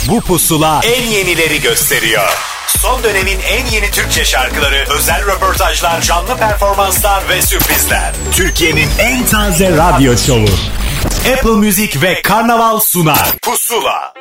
Bu pusula en yenileri gösteriyor. Son dönemin en yeni Türkçe şarkıları, özel röportajlar, canlı performanslar ve sürprizler. Türkiye'nin en taze radyo şovu. Apple Music ve Karnaval sunar. Pusula.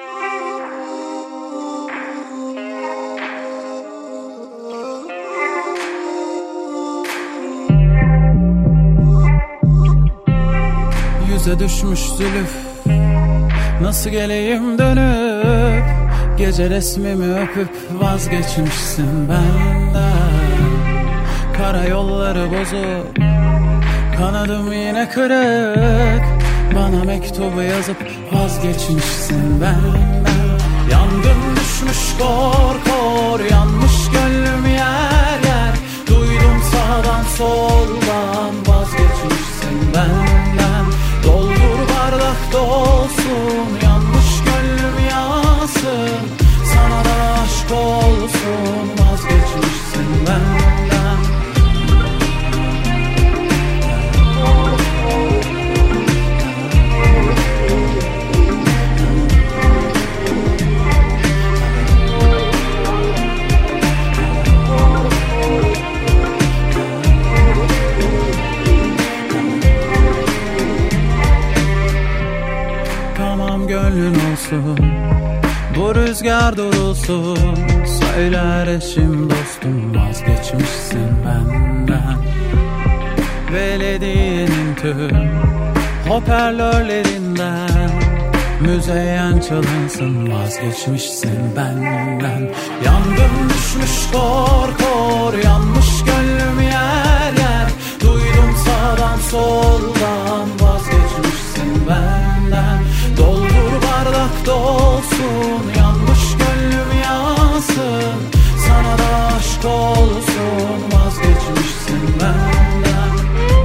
Yüze düşmüş zülüf, nasıl geleyim dönüp, gece resmimi öpüp vazgeçmişsin benden. Karayolları bozuk, kanadım yine kırık, bana mektubu yazıp vazgeçmişsin benden. Yangın düşmüş kor kor, yanmış gönlüm yer yer, duydum sağdan soldan vazgeçmişsin benden. Doldur bardak dolsun, yanmış gönlüm yansın, sana da aşk olsun, vazgeçmişsin benden. Gönlün olsun, bu rüzgar durulsun, söyler eşim dostum, vazgeçmişsin benden. Belediyenin tüm hoparlörlerinden müzeyyen çalınsın, vazgeçmişsin benden. Yangın düşmüş kor kor, yanmış gönlüm yer yer, duydum sağdan soldan, vazgeçmişsin benden. Doldur bardak dolsun, yanmış gönlüm yansın, sana da aşk olsun, vazgeçmişsin benden.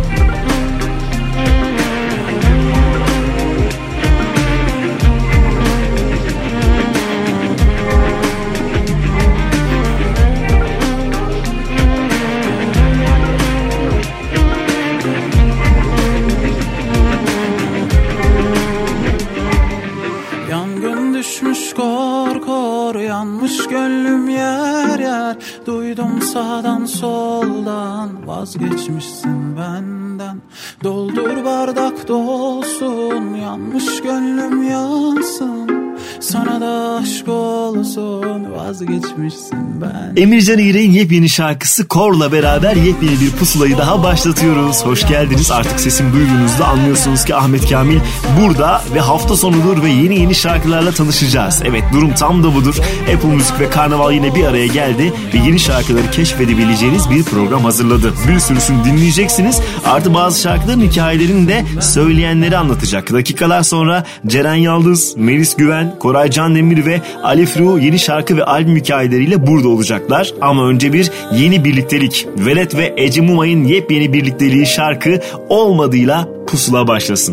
Düşmüş kor kor, yanmış gönlüm yer yer, duydum sağdan soldan, vazgeçmişsin benden. Doldur bardak dolsun, yanmış gönlüm yansın, sana da aşk olsun, vazgeçmişsin ben. Emircan İğrek'in yepyeni şarkısı Kor'la beraber yepyeni bir pusulayı daha başlatıyoruz. Hoş geldiniz. Artık sesimi duyduğunuzda anlıyorsunuz ki Ahmet Kamil burada ve hafta sonudur ve yeni şarkılarla tanışacağız. Evet, durum tam da budur. Apple Music ve Karnaval yine bir araya geldi ve yeni şarkıları keşfedebileceğiniz bir program hazırladı. Bir sürüsünü dinleyeceksiniz. Artı bazı şarkıların hikayelerini de söyleyenleri anlatacak. Dakikalar sonra Ceren Yaldız, Melis Güven, Koray Candemir ve Ali Fru yeni şarkı ve albüm hikayeleriyle burada olacaklar. Ama önce bir yeni birliktelik. Velet ve Ece Mumay'ın yepyeni birlikteliği şarkı Olmadığıyla pusula başlasın.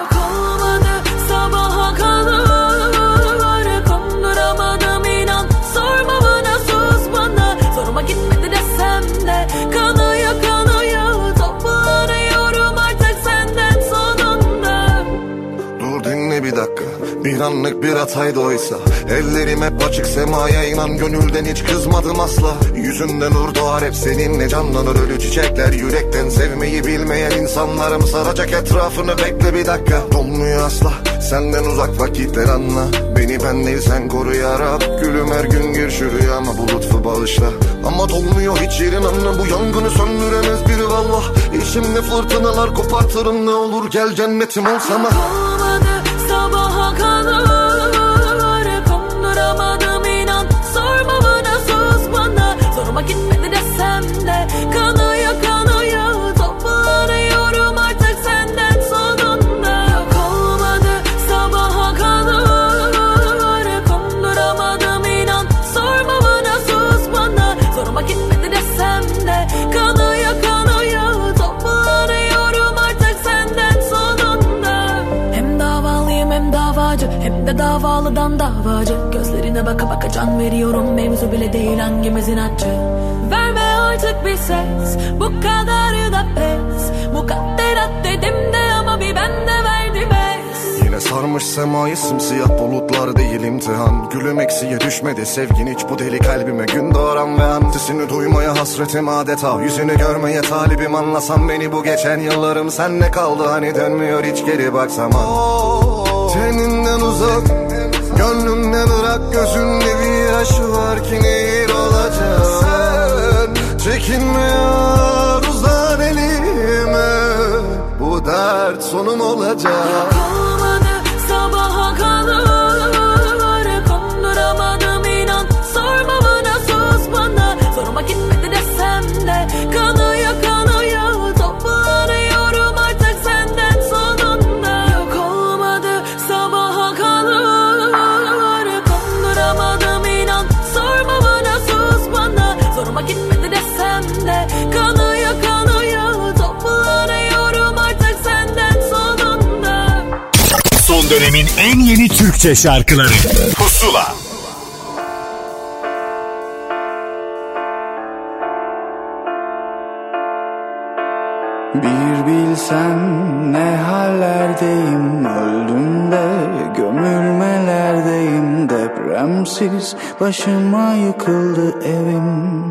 Bir anlık bir hataydı oysa, ellerim hep açık semaya, inan gönülden hiç kızmadım asla. Yüzünden nur doğar hep seninle, canlanır ölü çiçekler. Yürekten sevmeyi bilmeyen insanlarım saracak etrafını, bekle bir dakika. Olmuyor asla senden uzak vakitler, anla beni, ben değil sen koru ya Rab. Gülüm her gün gir şu rüyama, bu lütfu bağışla. Ama dolmuyor hiç yerin, anla bu yangını söndüremez biri vallah. İçimde fırtınalar kopartırım, ne olur gel cennetim olsana. Sabaha kadar konduramadım inan, sorma bana, sus bana. Zoruma gitmedi desem de, kanaya kanaya toplanıyorum artık senden sonunda. Yok olmadı sabaha kadar konduramadım inan, sorma bana, sus bana. Zoruma gitmedi desem de, kanaya kanaya toplanıyorum artık senden sonunda. Hem davalıyım hem davacı, hem de davalıdan davacı. Gözlerine baka baka can veriyorum, mevzu bile değil hangimizin acı. Verme artık bir ses, bu kadar da pes. Mukadderat dedim de ama bir bende verdi bez. Yine sarmış semayı simsiyah bulutlar değil imtihan. Gülüm eksiye düşmedi sevgin hiç bu deli kalbime gün doğuran ve an. Sesini duymaya hasretim adeta, yüzünü görmeye talibim. Anlasan beni bu geçen yıllarım senle kaldı, hani dönmüyor hiç geri baksam. Teninden uzak, gönlümden ırak, gözünde bir yaş var ki nehir olacak. Sen çekinmiyor, uzan elime, bu dert sonum olacak. Kalmadı sabaha kadar, konduramadım inan. Sorma bana, sus bana, zoruma gitmedi desem de kanıyor kanıyor, toplanıyorum artık senden sonunda. Yok olmadı sabaha kadar, konduramadım inan. Sorma bana, sus bana, zoruma gitmedi desem de kanıyor kanıyor, toplanıyorum artık senden sonunda. Son dönemin en yeni Türkçe şarkıları Pusula. Bir bilsen ne hallerdeyim, öldüm de gömülmelerdeyim. Depremsiz başıma yıkıldı evim.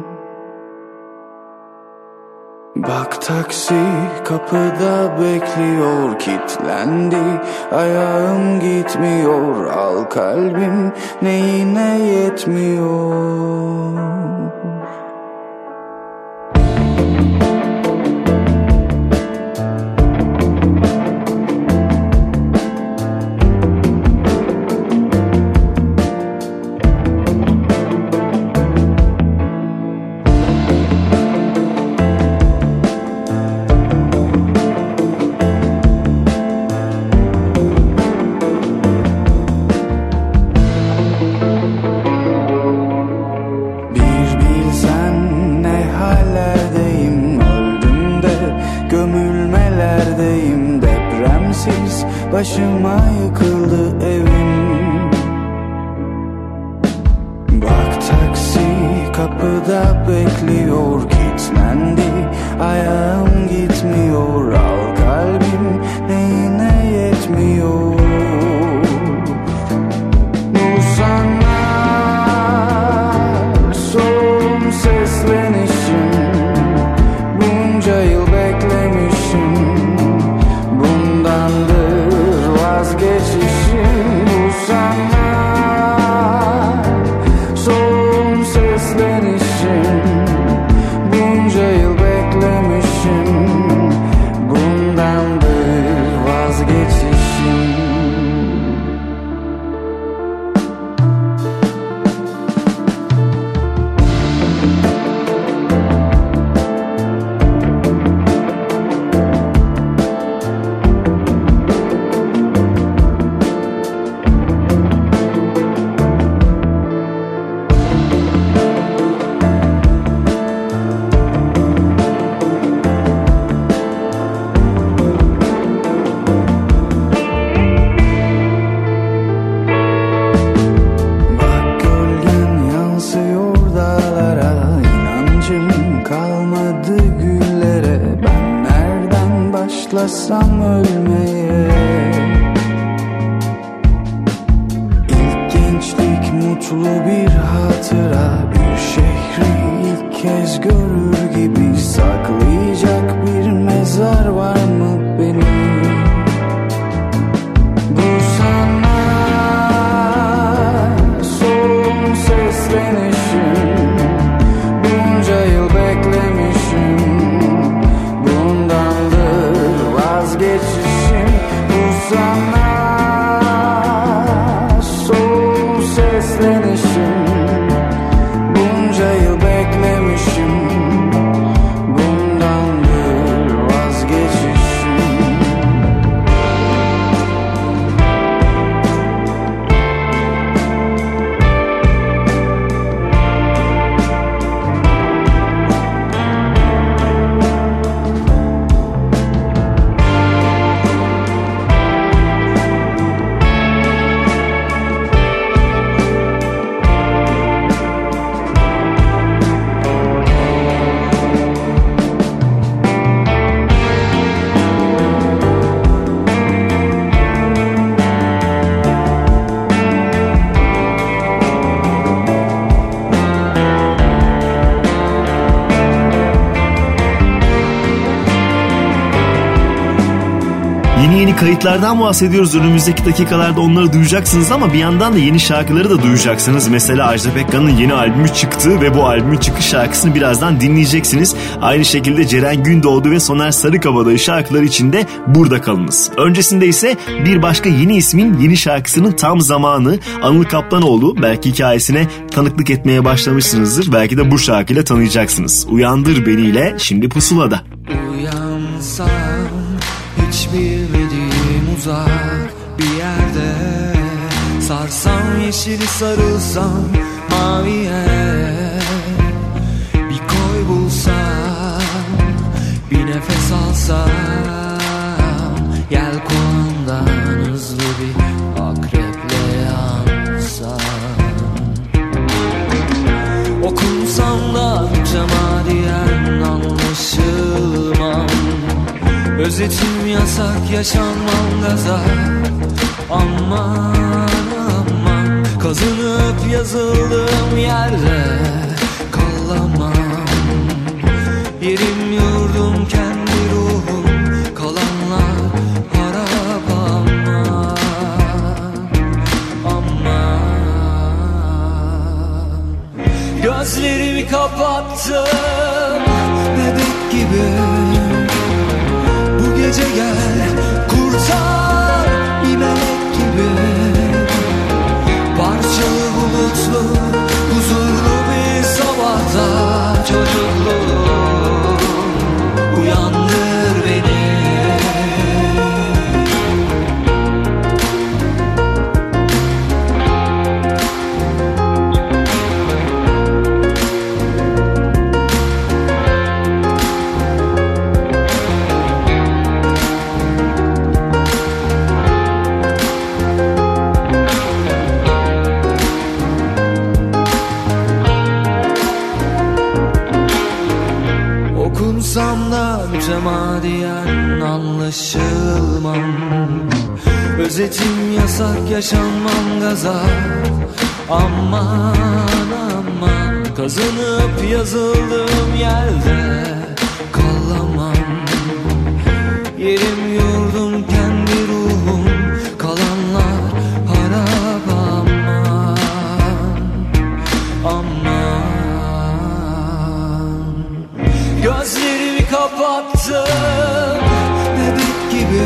Bak taksi kapıda bekliyor, kilitlendi, ayağım gitmiyor. Al kalbim neyine yetmiyor. Başıma yıkıldı evim. Bak taksi kapıda bekliyor, kilitlendi, ayağım gitmiyor. Al kalbim neyine yetmiyor. Bu sana son seslenişim, bunca yıl beklemişim. Bundandır vazgeçişim, bu sana son seslenişim. Bunca yıl beklemişim, bundandır vazgeçişim. Başlasam ölmeye, İlk gençlik mutlu bir hatıra, bir şehri ilk kez görür gibi. Saklayacak bir mezar var mı benim? Bu sana son seslenişim, bunca yıl beklemişim. Vazgeçişim, bu sana son seslenişim. Bunca yıl beklemişim, bundandır vazgeçişim. kayıtlardan bahsediyoruz. Önümüzdeki dakikalarda onları duyacaksınız ama bir yandan da yeni şarkıları da duyacaksınız. Mesela Ajda Pekkan'ın yeni albümü çıktı ve bu albümün çıkış şarkısını birazdan dinleyeceksiniz. Aynı şekilde Ceren Gündoğdu ve Soner Sarıkabadayı şarkıları için de burada kalınız. Öncesinde ise bir başka yeni ismin yeni şarkısının tam zamanı. Anıl Kaplanoğlu, belki hikayesine tanıklık etmeye başlamışsınızdır. Belki de bu şarkıyla tanıyacaksınız. Uyandır Beni ile şimdi Pusula'da. Uyansam hiç bilmediğim uzak bir yerde, sarsam yeşili sarılsam maviye, bir koy bulsam bir nefes alsam, yelkoğandan hızlı bir akreple yansam, okunsam da mütemadiyen anlaşılmam, özetim yasak yaşanmam gaza, aman aman, kazınıp yazıldığım yerde kalamam, yerim yurdum kendi ruhum, kalanlar harap aman aman. Gözlerimi kapattım bebek gibi, bu gece gel kurtar bir melek gibi, parçalı bulutlu huzurlu bir sabahta çocukluğum, uyandır beni. Okunsam da mütemadiyen anlaşılmam, özetim yasak yaşanmam gaza, aman aman, kazanıp yazıldığım yerde kalamam, yerim yurdum kendi ruhum, kalanlar harap aman aman. Gözlerimi kapattım bebek gibi,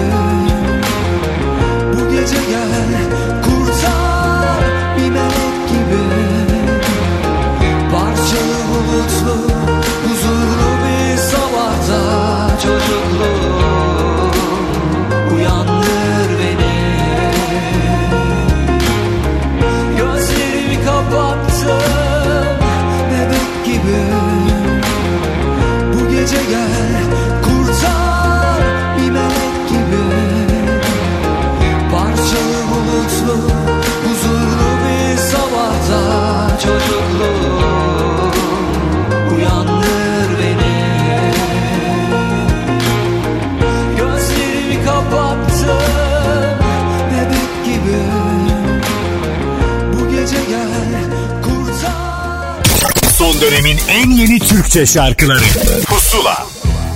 bu gece gel kurtar bir melek gibi, parçalı bulutlu huzurlu bir sabahta çocukluğum, uyandır beni. Gözlerimi kapattım bebek gibi, bu gece gel kurtar bir melek gibi, parçalı bulutlu huzurlu bir sabahta çocukluğum, uyandır beni. Gözlerimi kapattım bebek gibi, bu gece gel kurtar. Son dönemin en yeni Türkçe şarkıları Pusula.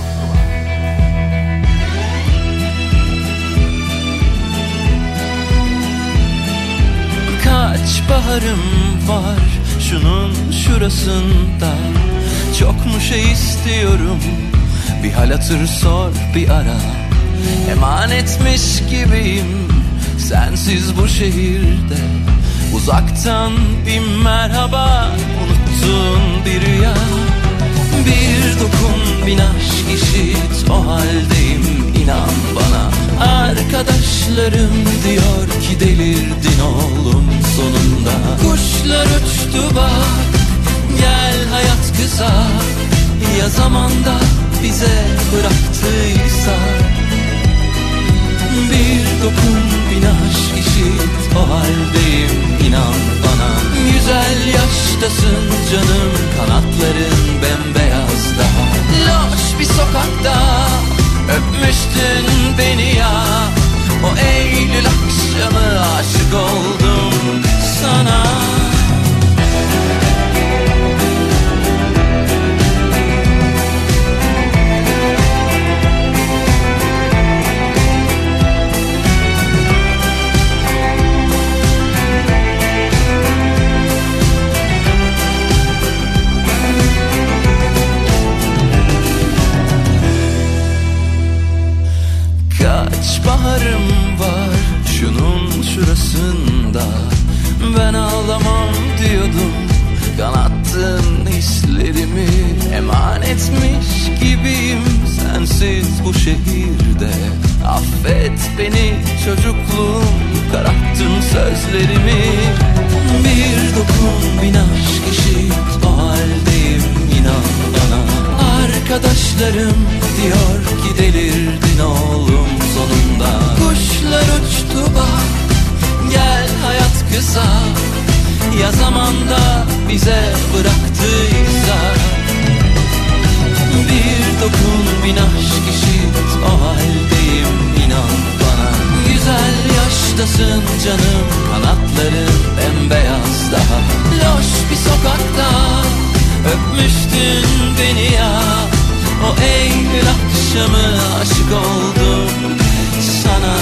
Kaç baharım var şunun şurasında, çok mu şey istiyorum, bir hal hatır sor bir ara, emanetmiş gibiyim sensiz bu şehirde, uzaktan bir merhaba, unuttun bir rüya, bir dokun bin aşk işit, o haldeyim inan bana. Arkadaşlarım diyor ki delirdin oğlum sonunda. Kuşlar uçtu bak, gel hayat kısa, ya zamanda bize bıraktıysa. Bir dokun bin aşk işit, o haldeyim inan bana. Güzel yaştasın canım, kanatların bembeyaz daha. Loş bir sokakta öpmüştün beni ya, o Eylül akşamı aşık oldum sana. ağrım var şunun şurasında. Ben ağlamam diyordum, kanattın hislerimi. Emanetmiş gibiyim sensiz bu şehirde. Affet beni çocukluğum, kararttın sözlerimi. Bir dokun bin aşk eşit, o haldeyim inan bana. Arkadaşlarım diyor ki delirdin oğlum sonunda. Kuşlar uçtu bak, gel hayat kısa. Ya zamanda bize bıraktıysa. Bir dokun bin aşk eşit, o haldeyim inan bana. Güzel yaştasın canım, kanatların bembeyaz daha. Loş bir sokakta öpmüştün beni ya. O Eylül akşamı aşık oldum sana.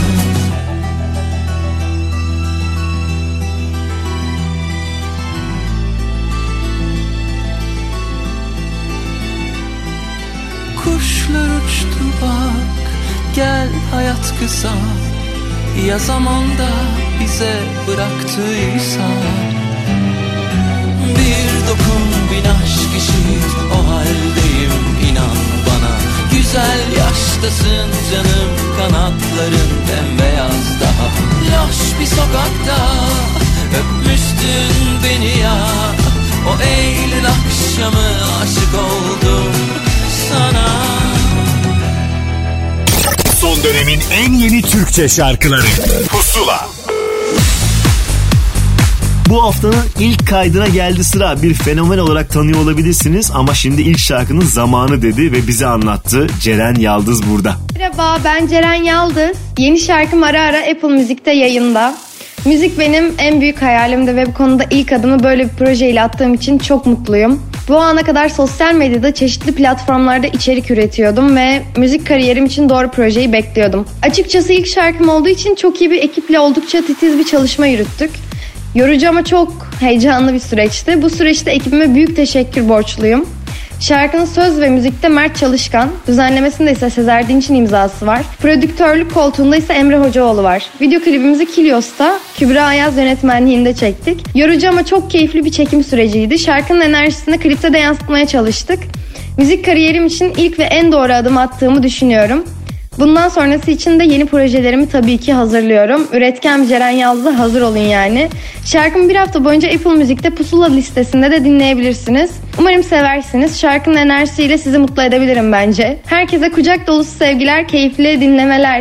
Kuşlar uçtu bak, gel hayat kısa. Ya zamanda bize bıraktıysa. Bir dokun bin aşk eşit, o haldeyim inan bana. Güzel yaştasın canım, kanatların bembeyaz daha. Loş bir sokakta öpmüştün beni ya. O Eylül akşamı aşık oldum sana. Son dönemin en yeni Türkçe şarkıları Pusula. Bu haftanın ilk kaydına geldi sıra. Bir fenomen olarak tanıyor olabilirsiniz ama şimdi ilk şarkının zamanı dedi ve bize anlattı. Ceren Yaldız burada. Merhaba, ben Ceren Yaldız. Yeni şarkım ara ara Apple Müzik'te yayında. Müzik benim en büyük hayalimdi ve bu konuda ilk adımı böyle bir projeyle attığım için çok mutluyum. Bu ana kadar sosyal medyada çeşitli platformlarda içerik üretiyordum ve müzik kariyerim için doğru projeyi bekliyordum. Açıkçası ilk şarkım olduğu için çok iyi bir ekiple oldukça titiz bir çalışma yürüttük. Yorucu ama çok heyecanlı bir süreçti. Bu süreçte ekibime büyük teşekkür borçluyum. Şarkının söz ve müzikte Mert Çalışkan, düzenlemesinde ise Sezer Dinç'in imzası var. Prodüktörlük koltuğunda ise Emre Hocaoğlu var. Video klibimizi Kilios'ta Kübra Ayaz yönetmenliğinde çektik. Yorucu ama çok keyifli bir çekim süreciydi. Şarkının enerjisini klipte de yansıtmaya çalıştık. Müzik kariyerim için ilk ve en doğru adım attığımı düşünüyorum. Bundan sonrası için de yeni projelerimi tabii ki hazırlıyorum. Üretken bir Ceren Yaldız'a hazır olun yani. Şarkımı bir hafta boyunca Apple Müzik'te Pusula listesinde de dinleyebilirsiniz. Umarım seversiniz. Şarkının enerjisiyle sizi mutlu edebilirim bence. Herkese kucak dolusu sevgiler, keyifli dinlemeler.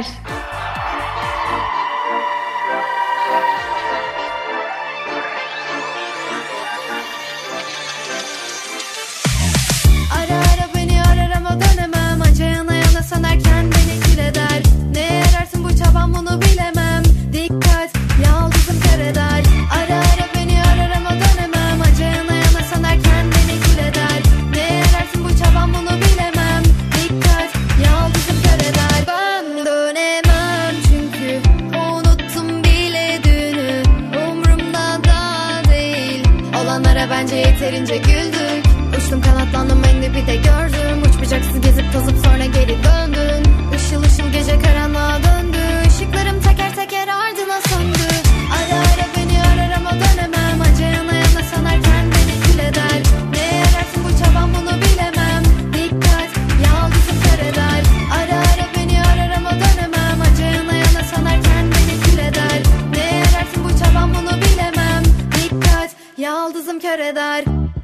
Yeterince güldük. Uçtum kanatlandım ben de bir de gördüm. Uç bucaksız gezip tozup sonra geri döndün. Işıl ışıl gece karanlığa döndü. Işıklarım teker teker ardına söndü. Ara ara beni arar ama dönemem. Anca yana yana sanarken beni kül eder. Ne yararsın bu çaban bunu bilemem. Dikkat yaldızım kör eder. Ara ara beni arar ama dönemem. Anca yana yana sanarken beni kül eder. Ne yararsın bu çaban bunu bilemem. Dikkat yaldızım kör eder.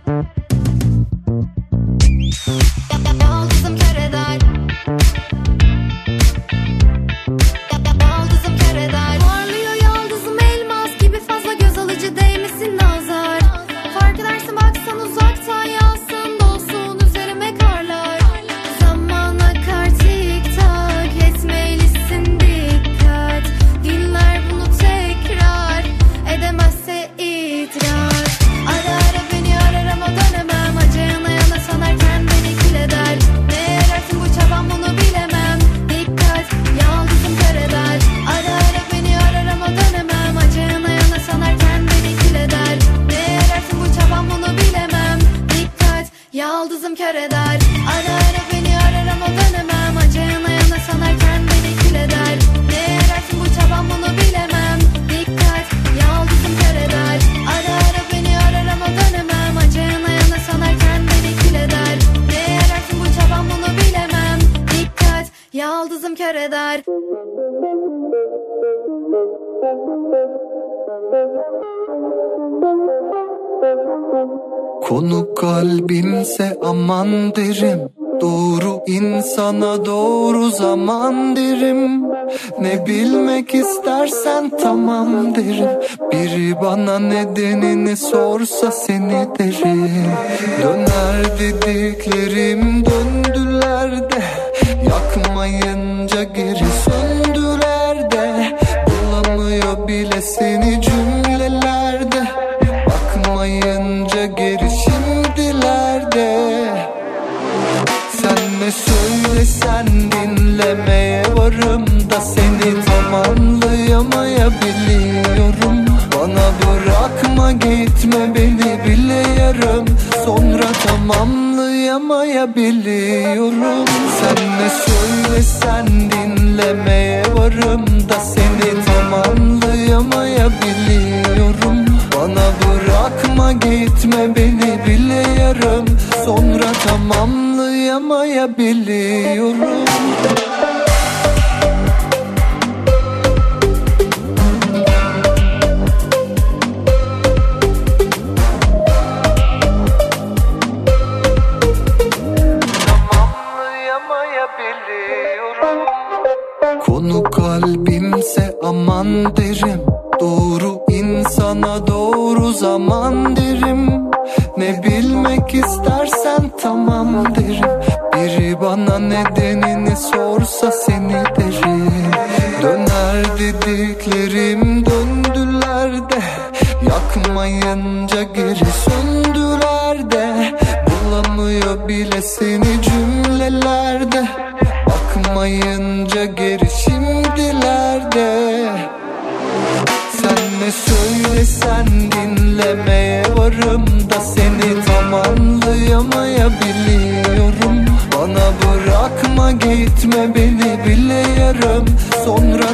Yaldızım kör eder. Yaldızım kör eder. Parlıyor yaldızım elmas gibi, fazla göz alıcı değmesin nazar. Fark edersin baksan uzaktan, yansın dolsun üzerime karlar. Zaman akar tik tak, etmelisin dikkat. Dinler bunu tekrar, edemezse itiraz. Ara ara beni arar Konu kalbimse aman derim, doğru insana doğru zaman derim. Ne bilmek istersen tamam derim. Biri bana nedenini sorsa seni derim. Döner dediklerim döndüler de, yakmayınca geri söndüler de. Bulamıyor bile seni cümlelerde, bakmayınca geri şimdilerde. Sen ne söylesen dinlemeye varım da seni tamamlayamayabiliyorum. Bana bırakma gitme beni bile yarım, sonra tamamlayamayabiliyorum. Sen ne söylesen dinlemeye varım da seni tamamlayamayabiliyorum. Bana bırakma gitme beni bile yarım, sonra tamamlayamayabiliyorum. Konu kalbimse aman derim, doğru insana doğru zaman derim. Ne bilmek istersen tamam derim. Biri bana nedenini sorsa seni derim. Döner dediklerim döndüler de, yakmayınca geri söndüler de. Bulamıyor bile seni cümlelerde, bakmayınca geri şimdilerde. Sen ne söylesen dinlemeye varım da seni tamamlayamayabiliyorum. Bana bırakma gitme beni bile yarım, sonra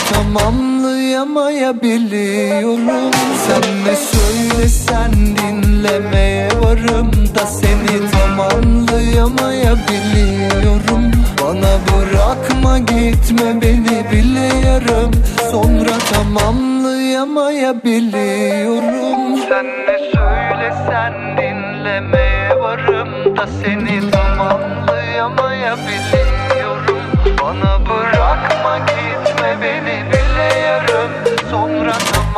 tamamlayamayabiliyorum. Sen ne söylesen dinlemeye varım da seni tamamlayamayabiliyorum. Bana bırakma gitme beni bile yarım, sonra tamamlayamayabiliyorum. Sen ne söylesen dinlemeye varım da seni tamamlayamayabiliyorum. Bana bırakma gitme beni bile yarım, sonra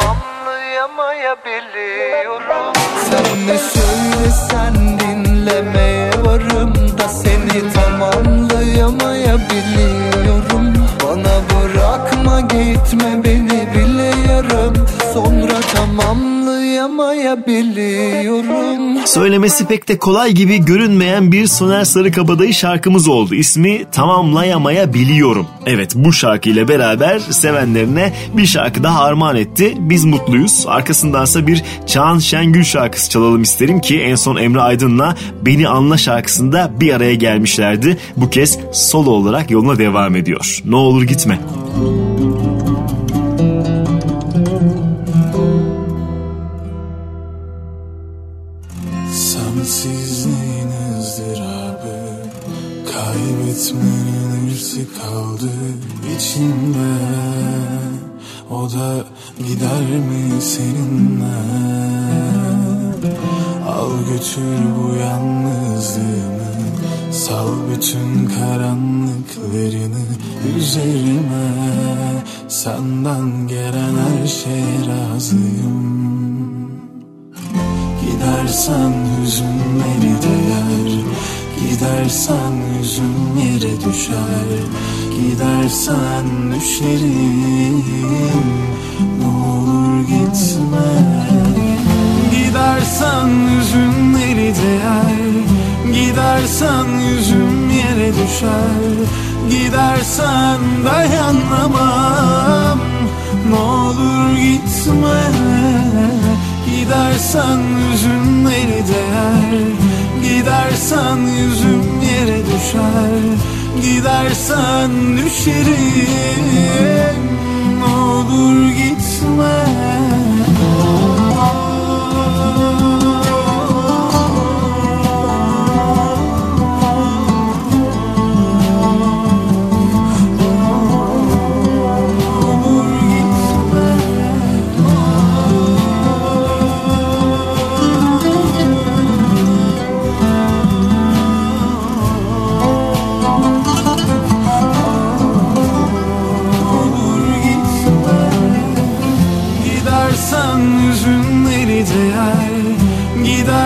tamamlayamayabiliyorum. Sen ne söylesen dinlemeye varım da seni tamamlayamayabiliyorum. Bana bırakma gitme beni bile yarım, sonra tamamlayamayabiliyorum. Söylemesi pek de kolay gibi görünmeyen bir Soner Sarıkabadayı şarkımız oldu. İsmi Tamamlayamayabiliyorum. Evet, bu şarkıyla beraber sevenlerine bir şarkı daha armağan etti. Biz mutluyuz. Arkasındansa bir Çağan Şengül şarkısı çalalım isterim ki en son Emre Aydın'la Beni Anla şarkısında bir araya gelmişlerdi. Bu kez solo olarak yoluna devam ediyor. Ne olur gitme. Sensizliğin ızdırabı, kaybetmenin hırsı kaldı içimde. O da gider mi seninle? Al götür bu yalnızlığımı, sal bütün karanlıklarını üzerime. Senden gelen her şeye razıyım. Gidersen hüzünleri değer, gidersen yüzüm yere düşer. Gidersen düşerim, ne olur gitme. Gidersen hüzünleri değer, gidersen yüzüm yere düşer. Gidersen dayanamam, ne olur gitme. Gidersen hüzünleri değer, gidersen yüzüm yere düşer. Gidersen düşerim, ne olur gitme.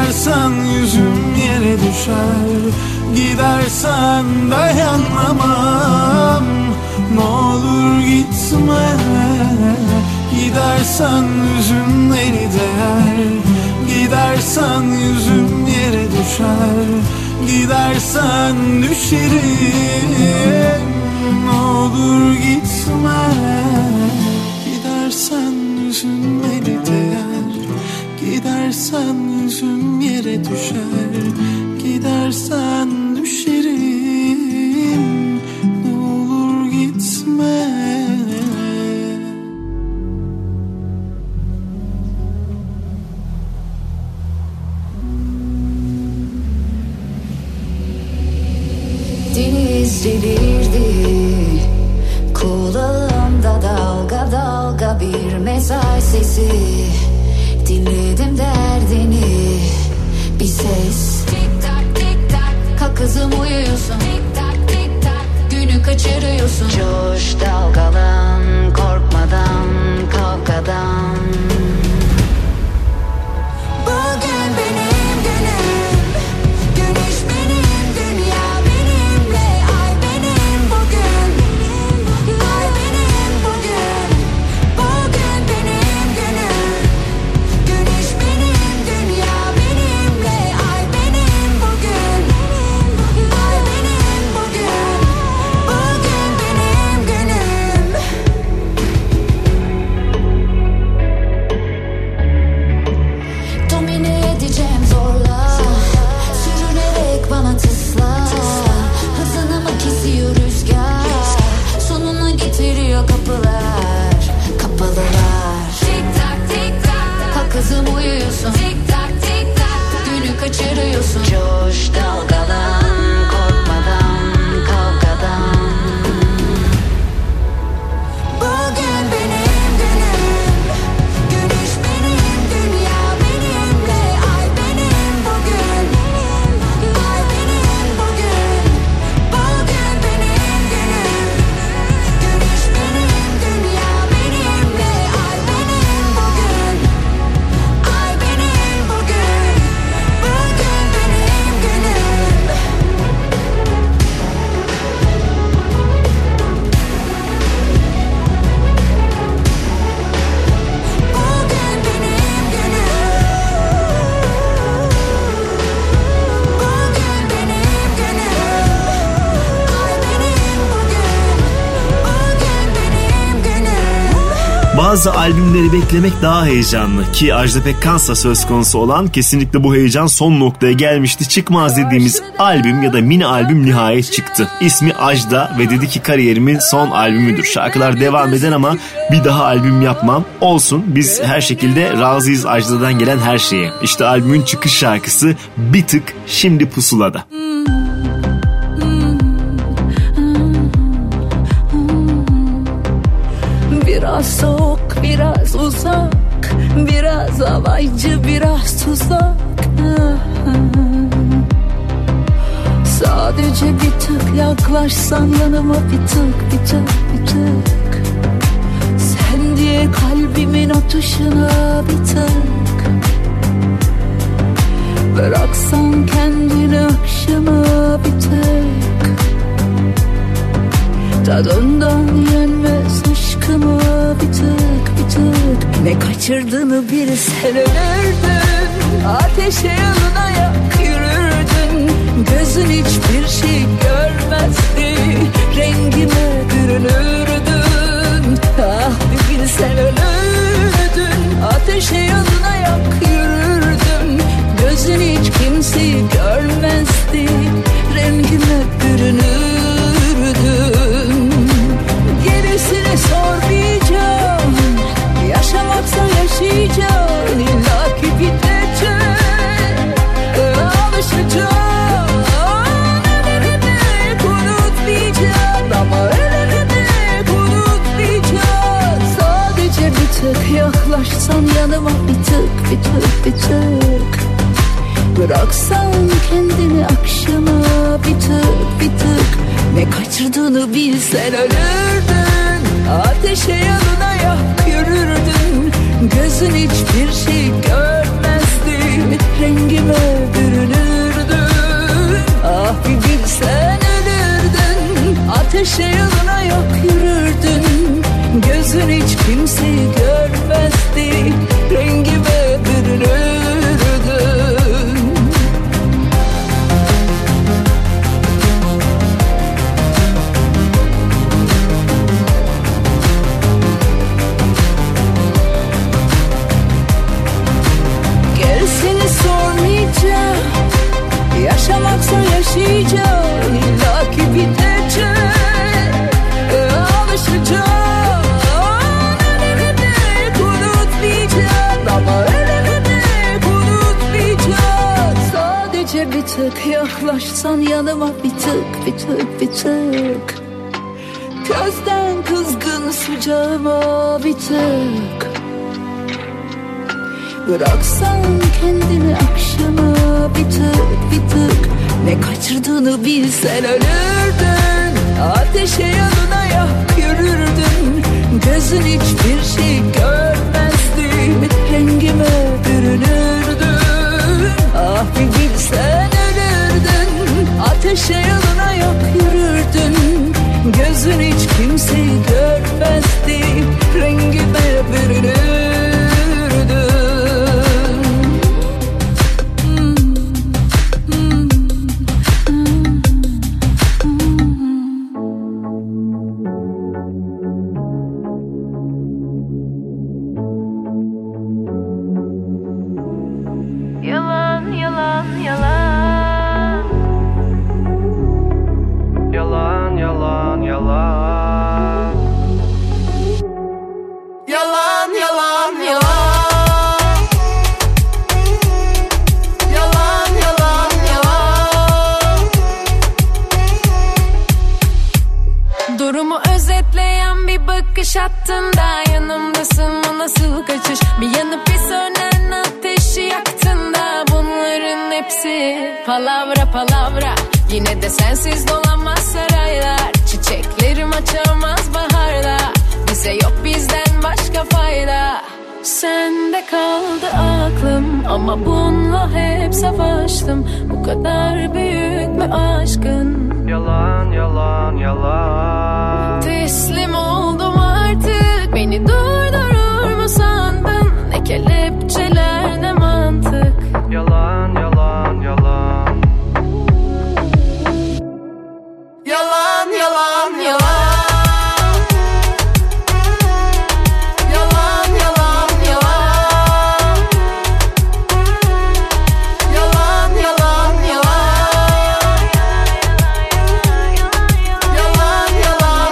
Gidersen yüzüm yere düşer, gidersen dayanamam. Ne olur gitme, gidersen yüzümleri değer. Gidersen yüzüm yere düşer, gidersen düşerim. Ne olur gitme, gidersen yüzümleri değer. Gidersen yüzüm yere düşer, gidersen düşerim. Ne olur gitme. Deniz delirdi, kulağımda dalga dalga bir mesaj sesi. Dinledim derdini, bir ses. Tik tak tik tak, kalk kızım uyuyorsun. Tik tak tik tak, günü kaçırıyorsun. Coş dalgalan, korkmadan kavgadan. Bugün benim günüm, güneş benim, dünya benimle. Ay benim bugün, ay benim bugün. Bugün benim günüm, güneş benim, dünya benimle. Ay benim bugün, ay benim bugün. Bugün benim günüm. Domine edeceğim zorla, sürünerek bana tısla. Hızını mı kesiyor rüzgar, sonuna getiriyor kapılar, kapalılar. Tik tak tik tak, kalk kızım uyuyorsun. Tik tak tik tak, günü kaçırıyorsun. Coş dalgalan, korkmadan kavgadan. Bugün benim günüm, güneş benim, dünya benimle. Ay benim bugün, ay benim bugün. Bugün benim günüm, güneş benim, dünya benimle. Ay benim bugün, ay benim bugün. Bugün benim günüm. Bugün benim günüm. Bugün benim günüm. Ay benim bugün. Bugün benim günüm. Bazı albümleri beklemek daha heyecanlı ki Ajda Pekkan'sa söz konusu olan kesinlikle bu heyecan son noktaya gelmişti. Çıkmaz dediğimiz albüm ya da mini albüm nihayet çıktı. İsmi Ajda ve dedi ki kariyerimin son albümüdür. Şarkılar devam eder ama bir daha albüm yapmam. Olsun, biz her şekilde razıyız Ajda'dan gelen her şeye. İşte albümün çıkış şarkısı Bir Tık şimdi Pusula'da. Biraz soğuk, biraz uzak, biraz alaycı, biraz tuzak. Sadece bir tık yaklaşsan yanıma, bir tık, bir tık, bir tık. Sen diye kalbimin atışına bir tık. Bıraksan kendini akşama bir tık. Tadından yenmez aşkıma bir tık, bir tık. Ne kaçırdığını bilsen ölürdün. Ateşe yanına yak yürürdün. Gözün hiçbir şey görmezdi. Rengime bürünürdün. Ah bir bilsen ölürdün. Ateşe yanına yak yürürdün. Gözün hiç kimseyi görmezdi. Rengime bürünürdün. Gerisini sormayacağım. Yaşamaksa yaşayacağım. İlla ki bitecek. Alışacağım. Ölümüne unutmayacağım. Ama ölümüne unutmayacağım. Sadece bir tık yaklaşsan yanıma, bir tık, bir tık, bir tık. Bıraksan kendini akşama bir tık, bir tık. Ne kaçırdığını bilsen ölürdün. Ateşe yanına yak yürürdün. Gözün hiçbir şey görmezdi. Rengime yaşayacağım, illaki bitecek. Alışacağım, ölene dek unutmayacağım. Ama ölene dek unutmayacağım. Sadece bir tık yaklaşsan yanıma, bir tık, bir tık, bir tık. Gözden kızgın sıcağıma bir tık. Bıraksan kendini akşama bir tık, bir tık. Ne kaçırdığını bilsen ölürdün. Ateşe yanına yak yürürdün. Gözün hiçbir şey görmezdi. Rengime bürünürdün. Ah bir bilsen ölürdün. Ateşe yanına yak yürürdün. Gözün hiç kimseyi görmezdi. Rengime bürünürdün. Yalan, yalan, yalan. Yalan, yalan, yalan. Yalan, yalan, yalan. Yalan, yalan, yalan. Durumu özetleyen bir bakış attığında yanımdasın, bu nasıl kaçış? Bir yanıp bir sönen ateşi yaktığında bunların hepsi palavra palavra. Yine de sensiz dolanmaz saraylar, çiçeklerim açamaz baharda. Bize yok bizden başka fayda. Sende kaldı aklım ama bununla hep savaştım. Bu kadar büyük mü aşkın? Yalan, yalan, yalan. Teslim oldum artık, beni durdurur mu sandın? Ne kelepçeler ne mantık. Yalan, yalan, yalan. Yalan, yalan, yalan. Yalan, yalan, yalan. Yalan, yalan, yalan. Yalan, yalan,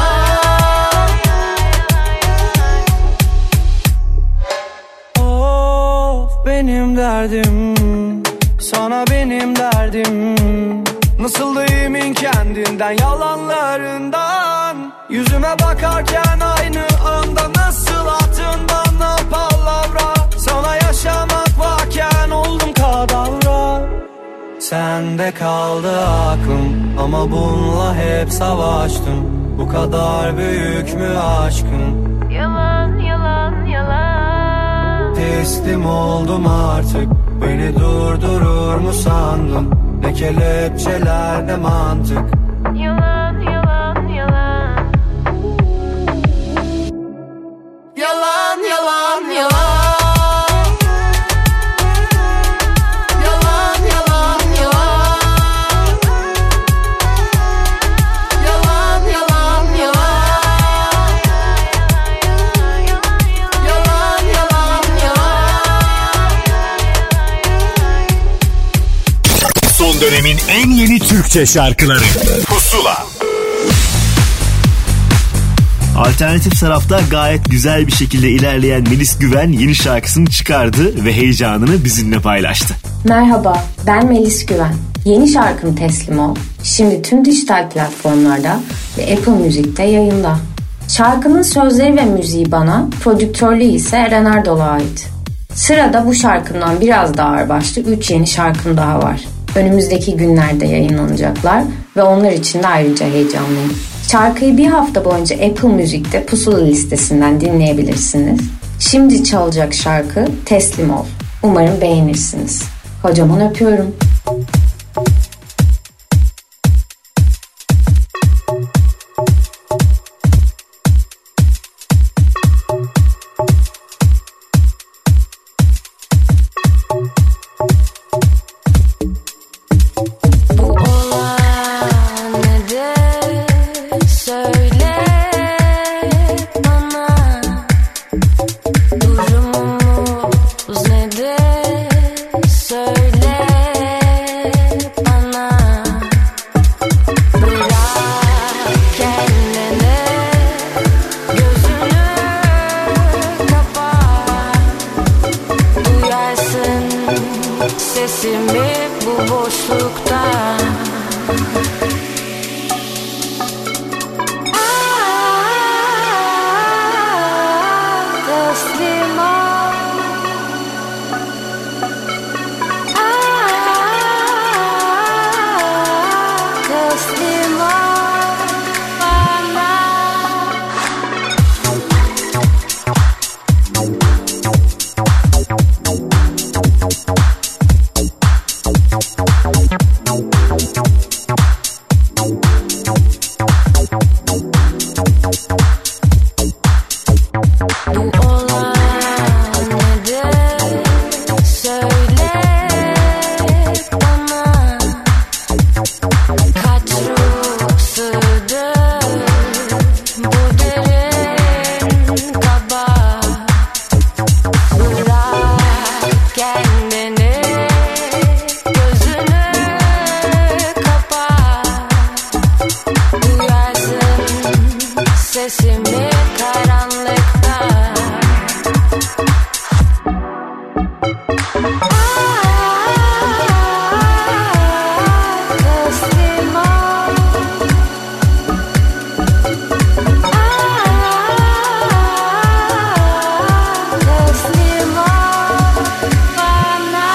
yalan. Of benim derdim, sana benim derdim. Nasıl da emin kendinden, yalanlarından. Yüzüme bakarken aynı anda nasıl attın bana palavra. Sana yaşamak varken oldum kadavra. Sende kaldı aklım ama bununla hep savaştım. Bu kadar büyük mü aşkın? Yalan, yalan, yalan. Teslim oldum artık, beni durdurur mu sandın? Ne kelepçeler ne mantık. Yalan, yalan, yalan. Yalan, yalan, yalan. Yalan, yalan, yalan. Yalan, yalan, yalan. Yalan, yalan, yalan. Son dönemin en yeni Türkçe şarkıları Pusula. Alternatif tarafta gayet güzel bir şekilde ilerleyen Melis Güven yeni şarkısını çıkardı ve heyecanını bizimle paylaştı. Merhaba, ben Melis Güven. Yeni şarkım Teslim Ol, şimdi tüm dijital platformlarda ve Apple Music'te yayında. Şarkının sözleri ve müziği bana, prodüktörlüğü ise Eren Erdol'a ait. Sırada bu şarkımdan biraz daha ağırbaşlı 3 yeni şarkım daha var. Önümüzdeki günlerde yayınlanacaklar ve onlar için de ayrıca heyecanlıyım. Şarkıyı bir hafta boyunca Apple Music'te Pusula listesinden dinleyebilirsiniz. Şimdi çalacak şarkı Teslim Ol. Umarım beğenirsiniz. Kocaman öpüyorum. Durumumuz nedir? Söyle. sesimi bu boşlukta. Teslim ol. Teslim ol bana. Bu olan nedir? Söyle bana. Kaç ruh sığdı bu derin kaba. Bırak kendini, gözünü kapa. Duyarsın sesimi karanlıkta. Teslim ol. Teslim ol bana.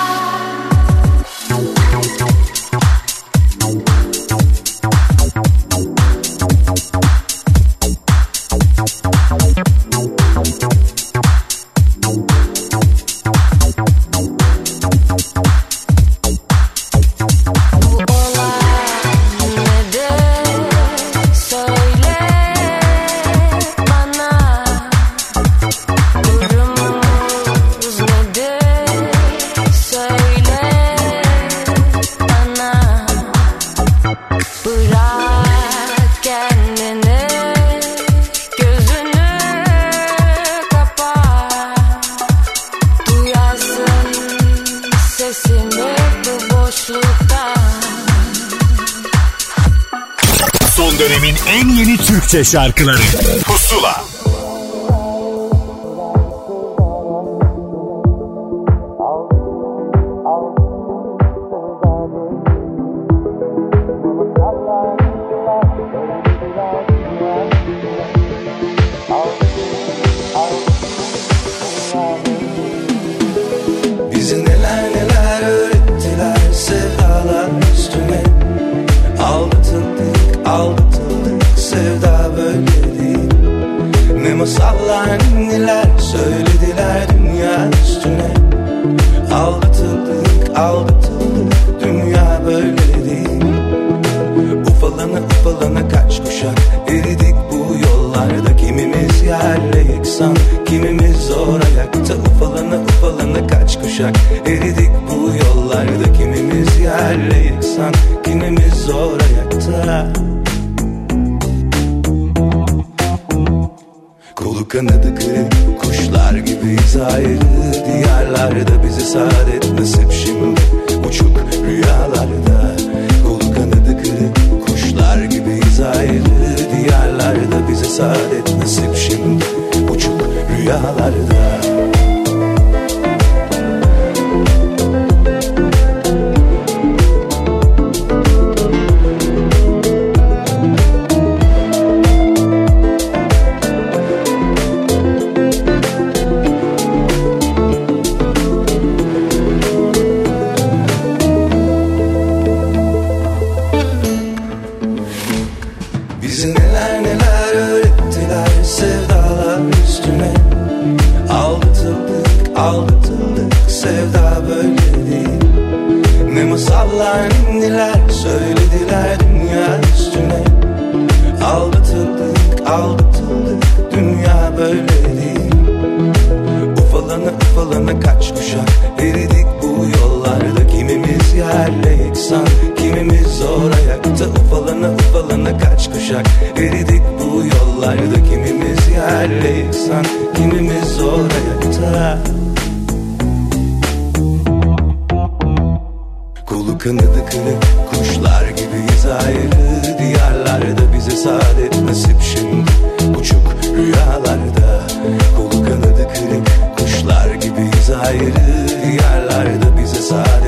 Bu olan nedir? Söyle bana. Durumumuz nedir? Söyle bana. Bırak kendini, gözünü kapa. Duyarsın sesimi bu boşlukta. Son dönemin en yeni Türkçe şarkıları Pusula. Bizi neler neler öğrettiler sevdalar üstüne. Aldatıldık, aldatıldık, sevda böyle değil. Ne masallar neler söylediler dünya üstüne. Aldatıldık, aldatıldık, dünya böyle değil. Ufalana ufalana kaç kuşak eridik bu yollarda. Kimimiz yerle yeksan, kimimiz zor ayakta. Ufalana ufalana kaç kuşak eridik bu yollarda. Kimimiz yerle yeksan, kimimiz zor ayakta. Kolu kanadı kırık kuşlar gibiyiz ayrı. Diyarlarda bize saadet nasip şimdi uçuk rüyalarda. Kolu kanadı kırık kuşlar gibiyiz ayrı. Diyarlarda bize saadet nasip şimdi uçuk rüyalarda. Bizi neler neler öğrettiler sevdalar üstüne. Aldatıldık, aldatıldık, sevda böyle değil. Ne masallar neler söylediler dünya üstüne. Aldatıldık, aldatıldık, dünya böyle değil. Ufalana ufalana kaç kuşak eridik bu yollarda. Kimimiz yerle yeksan, kimimiz zor ayakta. Ufalana ufalana kaç kuşak eridik bu yollarda. Kimimiz yerle yeksan, kimimiz zor ayakta. Kolu kanadı kırık kuşlar gibiyiz ayrı. Diyarlarda bize saadet nasip şimdi uçuk rüyalarda. Kolu kanadı kırık kuşlar gibiyiz ayrı. Diyarlarda bize saadet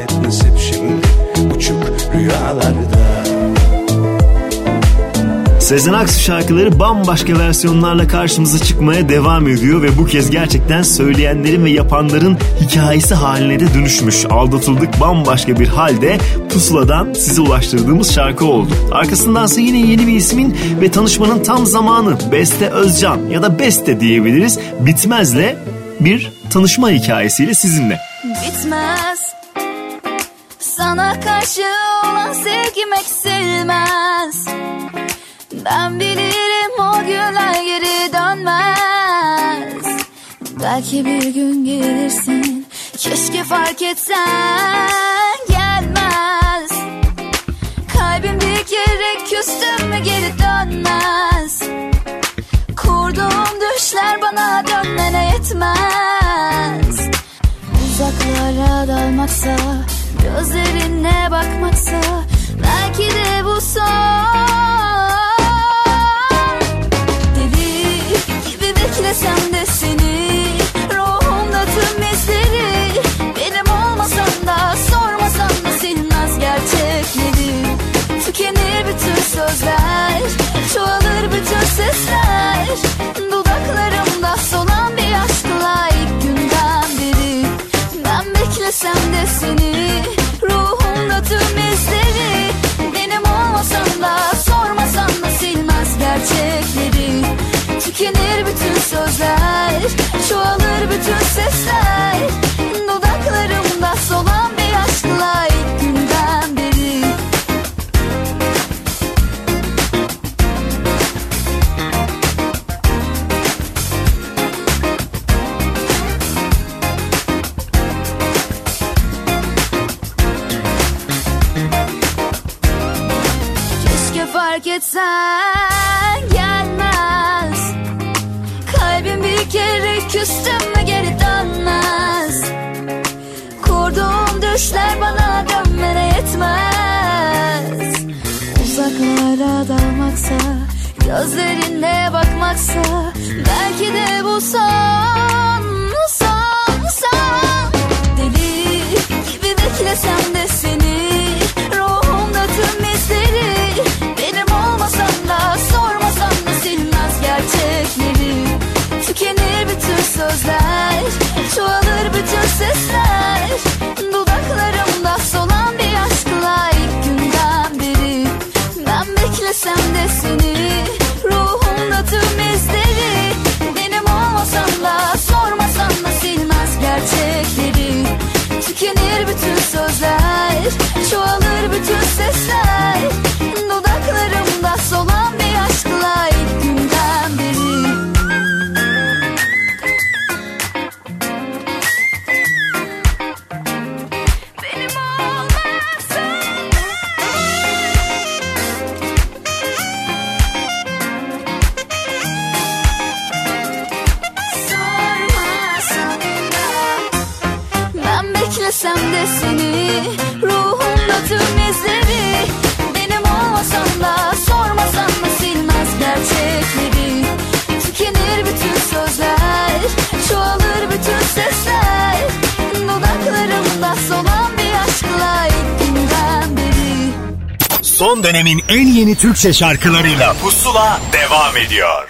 Sezen Aksu şarkıları bambaşka versiyonlarla karşımıza çıkmaya devam ediyor ve bu kez gerçekten söyleyenlerin ve yapanların hikayesi haline de dönüşmüş. Aldatıldık bambaşka bir halde Pusula'dan size ulaştırdığımız şarkı oldu. Arkasındansa yine yeni bir ismin ve tanışmanın tam zamanı Beste Özcan ya da Beste diyebiliriz. Bitmez'le bir tanışma hikayesiyle sizinle. Bitmez, sana karşı olan sevgim eksilmez. Ben bilirim o günler geri dönmez. Belki bir gün gelirsin, keşke fark etsen. Gelmez, kalbim bir kere küstüm mü geri dönmez. Kurduğum düşler bana dönmene yetmez. Uzaklara dalmaksa, gözlerine bakmaksa, belki de bu son. Deli gibi beklesem de seni, ruhumda tüm izleri, benim olmasan da sormasan da silmez gerçekleri. Tükenir bütün sözler, çoğalır bütün sesler, dudaklarımda solan bir aşkla ilk günden beri. Ben beklesem de seni, ruhumda tüm izleri, benim olmasan da sormasan da silmez gerçekleri. Tükenir bütün sözler, çoğalır bütün sesler, dudaklarımda solan bir aşkla ilk günden beri. Fark etsen gelmez, kalbim bir kere küstüm mü geri dönmez. Kurduğum düşler bana dönmene yetmez. Uzaklara dalmaksa, gözlerine bakmaksa, belki de bu son. Deli gibi beklesem de seni, ruhumda tüm izleri, benim olmasan da sormasan da silmez gerçekleri. Tükenir bütün sözler, çoğalır bütün sesler, dudaklarımda solan bir aşkla ilk günden beri. Ben beklesem de seni, ruhumda tüm izleri, benim olmasan da sormasan da silmez gerçekleri. Tükenir bütün sözler, çoğalır bütün sesler, dudaklarımda solan bir aşkla ilk günden beri. Benim olmazsan sormasan da, ben beklesem de seni, ruhumda tüm izleri, benim olmasan da sormasan da silmez gerçekleri. Tükenir bütün sözler, çoğalır bütün sesler, dudaklarımda solan bir aşkla ilk günden beri. Son dönemin en yeni Türkçe şarkılarıyla Pusula devam ediyor.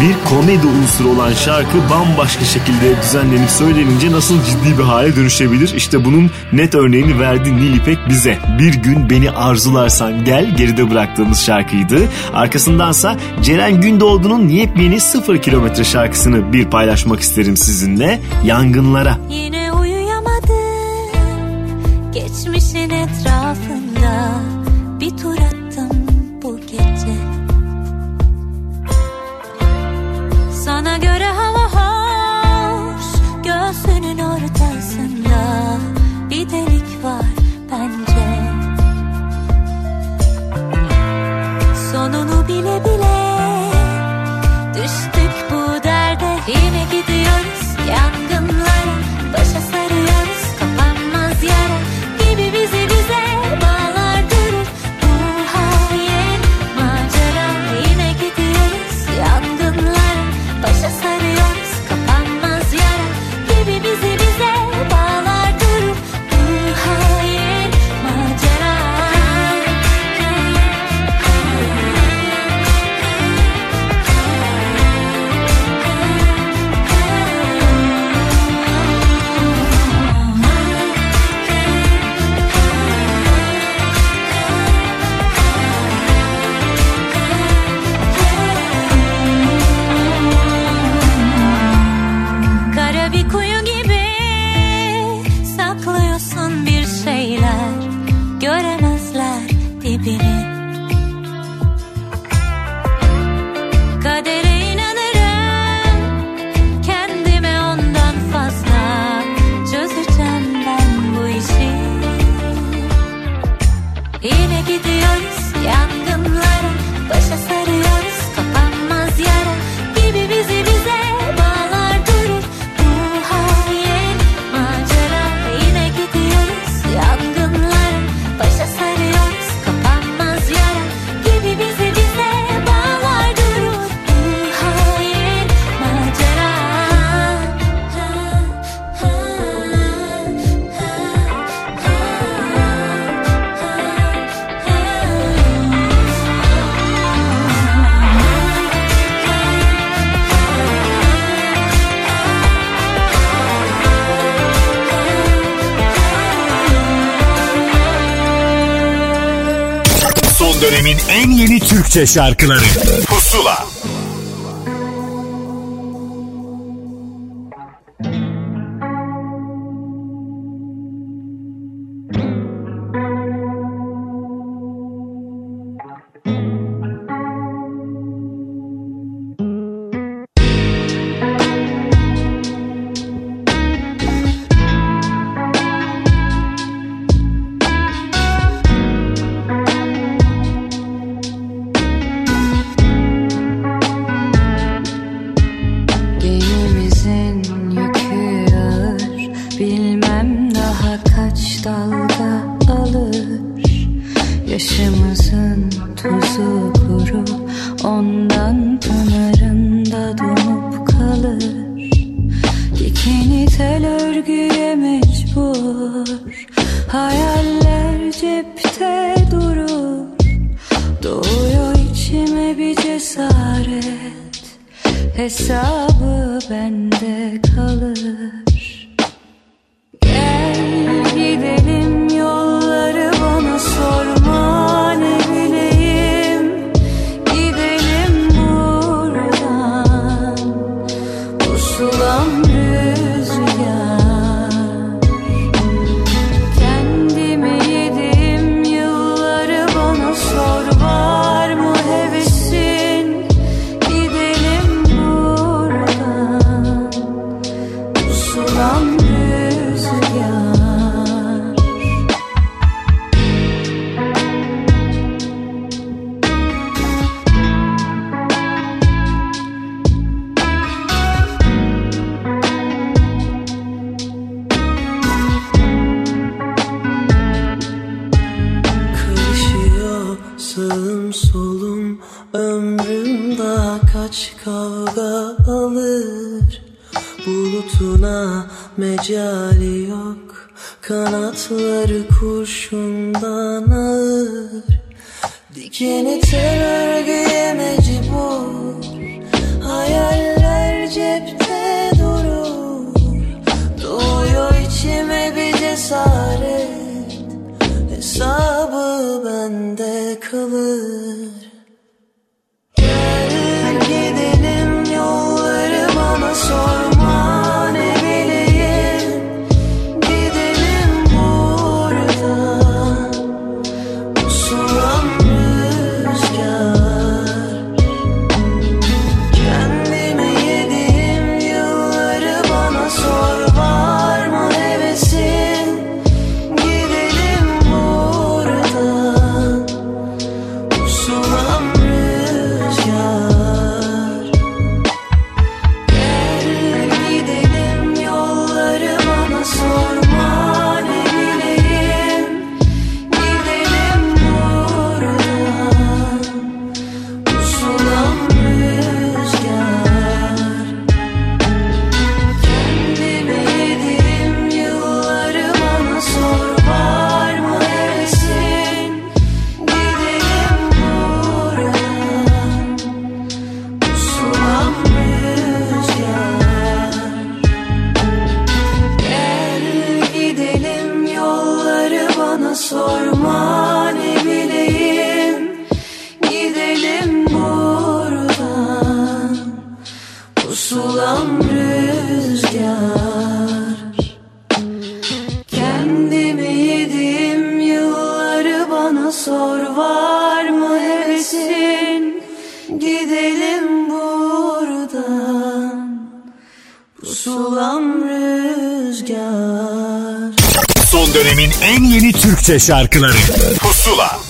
bir komedi unsuru olan şarkı bambaşka şekilde düzenlenip söylenince nasıl ciddi bir hale dönüşebilir? İşte bunun net örneğini verdi Nil İpek bize. Bir gün beni arzularsan gel geride bıraktığımız şarkıydı. Arkasındansa Ceren Gündoğdu'nun yepyeni 0 kilometre şarkısını bir paylaşmak isterim sizinle. Yangınlara. Yine uyuyamadım, geçmişin etrafında bir tur attım bu gece. Sana göre hava hoş, göğsünün ortasında bir delik var bence. Sonunu bile bile düştük bu derde. Yine gidiyoruz yangınlara, başa sarıyoruz kapanmaz yara gibi bizi bize bağlar durur bu hain macera. Yine gidiyoruz yangınlara, başa sarıyoruz kapanmaz yara gibi bizi bize bağlar durur bu hain macera. Kara bir kuyu gibi saklıyorsun bir şeyler, göremezler dibini. Kadere inanırım, kendime ondan fazla çözeceğim ben bu işi. Yine gidiyoruz yangınlara, başa sarıyoruz kapanmaz yara gibi bizi bize bağlar durur bu hain macera. Yine gidiyoruz yangınlara, başa sarıyoruz kapanmaz yara gibi bizi bize bağlar durur bu hain macera. Son dönemin en yeni Türkçe şarkıları Pusula. Gemimizin yükü ağır, bilmem daha kaç dalga alır. Yaşımızın tuzu kuru, ondan pınarında donup kalır. Dikeni tel örgüye mecbur, hayaller cepte durur. Doğuyor içime bir cesaret, hesabı bende kalır. Gel gidelim yolları bana sorma, ne bileyim. Gidelim buradan, pusulam rüzgar. Kendime yediğim yılları bana sor, var mı hevesin? Gidelim buradan, pusulam rüzgar. Karışıyor sağım solum, ömrüm daha kaç kavga alır. Bulutuna mecali yok, kanatları kurşundan ağır. Dikeni tel örgüye mecbur, hayal hayaller cepte durur. Doğuyor içime bir cesaret, hesabı bende kalır. Gel gidelim yolları bana sorma, ne bileyim. Gidelim buradan, usulan rüzgar. Kendime yediğim yılları bana sor, var mı hevesin? Gidelim buradan, usulan rüzgar. Gel gidelim yolları bana sorma, ne bileyim. Gidelim buradan, usulan rüzgar. Kendime yediğim yılları bana sor, var mı hevesin? Gidelim buradan, usulan rüzgar. Gel gidelim yolları bana sorma, ne bileyim. Gidelim buradan, usulan rüzgar. Kendimi yediğim yılları bana sor, var mı hevesin? Gidelim buradan, usulan rüzgar. Son dönemin en yeni Türkçe şarkıları Pusula.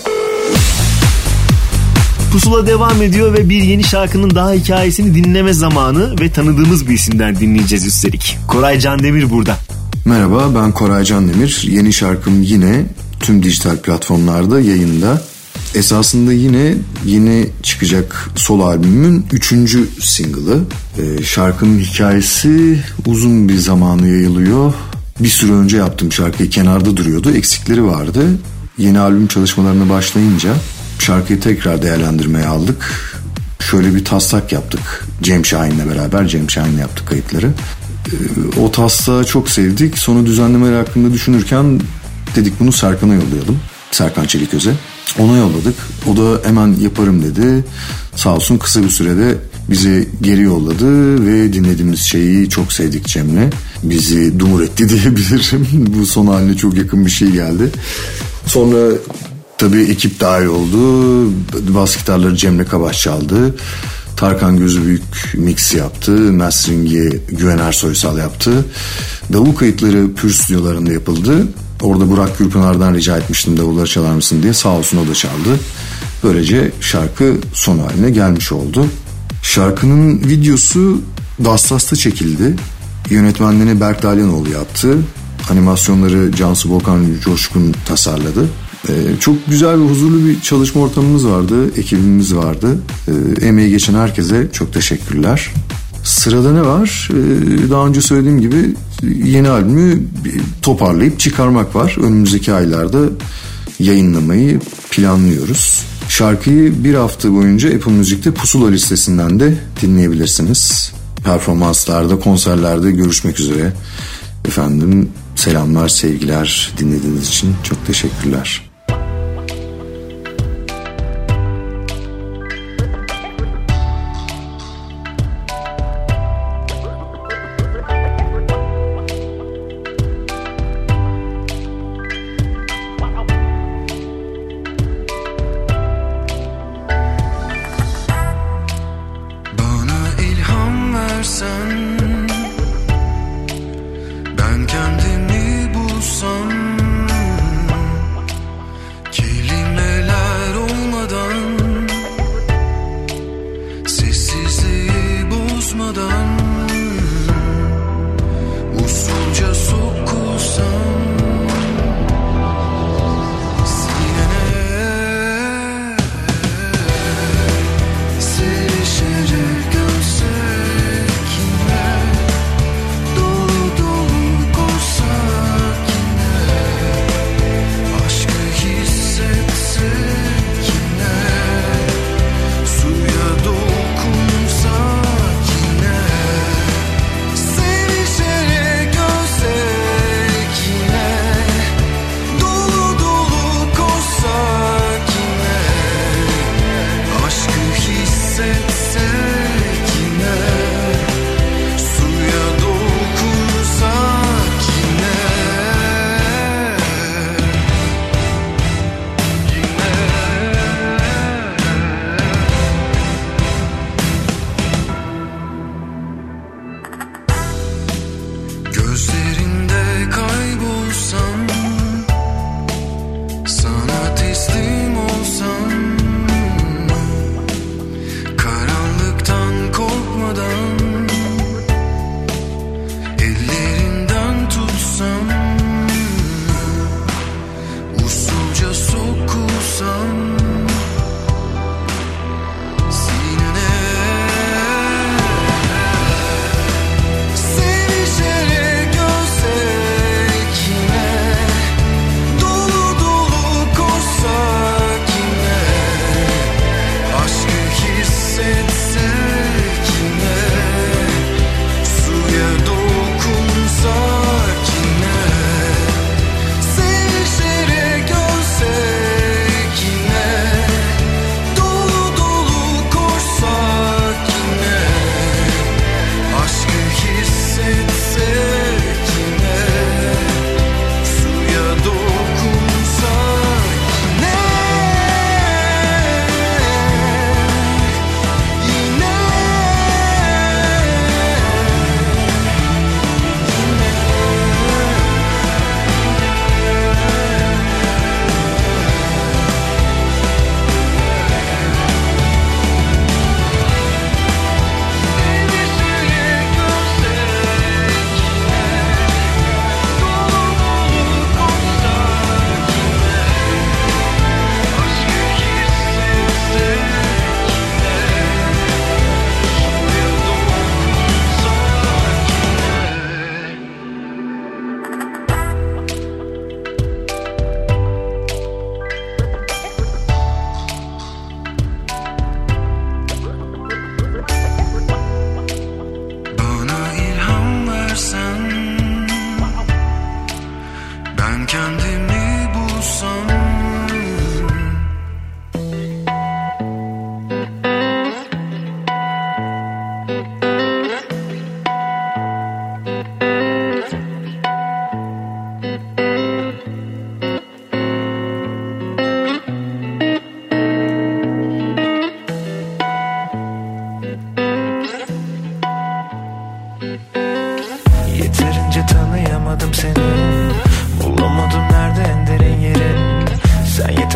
Pusula devam ediyor ve bir yeni şarkının daha hikayesini dinleme zamanı ve tanıdığımız bir isimden dinleyeceğiz üstelik. Koray Candemir burada. Merhaba, ben Koray Candemir. Yeni şarkım yine tüm dijital platformlarda yayında. Esasında yine yeni çıkacak solo albümümün 3. single'ı. Şarkının hikayesi uzun bir zamanı yayılıyor. Bir süre önce yaptığım şarkıyı kenarda duruyordu. Eksikleri vardı. Yeni albüm çalışmalarına başlayınca şarkıyı tekrar değerlendirmeye aldık. Şöyle bir taslak yaptık. Cem Şahin'le beraber. Cem Şahin'le yaptık kayıtları. O taslağı çok sevdik. Sonra düzenlemeler hakkında düşünürken dedik bunu Serkan'a yollayalım. Serkan Çeliköz'e. Ona yolladık. O da hemen yaparım dedi. Sağ olsun kısa bir sürede bize geri yolladı ve dinlediğimiz şeyi çok sevdik Cem'le. Bizi dumur etti diyebilirim. Bu son haline çok yakın bir şey geldi. Sonra tabii ekip dahil oldu. Bas gitarları Cemre Kabaş çaldı. Tarkan Gözübüyük mix yaptı. Mastering'i Güven Ersoysal yaptı. Davul kayıtları Pür stüdyolarında yapıldı. Orada Burak Gürpınar'dan rica etmiştim davulları çalar mısın diye. Sağ olsun o da çaldı. Böylece şarkı son haline gelmiş oldu. Şarkının videosu Dastas'ta çekildi. Yönetmenliğini Berk Dalyanoğlu yaptı. Animasyonları Cansu Volkan Coşkun tasarladı. Çok güzel ve huzurlu bir çalışma ortamımız vardı. Ekibimiz vardı. Emeği geçen herkese çok teşekkürler. Sırada ne var? Daha önce söylediğim gibi yeni albümü toparlayıp çıkarmak var. Önümüzdeki aylarda yayınlamayı planlıyoruz. Şarkıyı bir hafta boyunca Apple Music'te Pusula listesinden de dinleyebilirsiniz. Performanslarda, konserlerde görüşmek üzere. Efendim selamlar, sevgiler, dinlediğiniz için çok teşekkürler.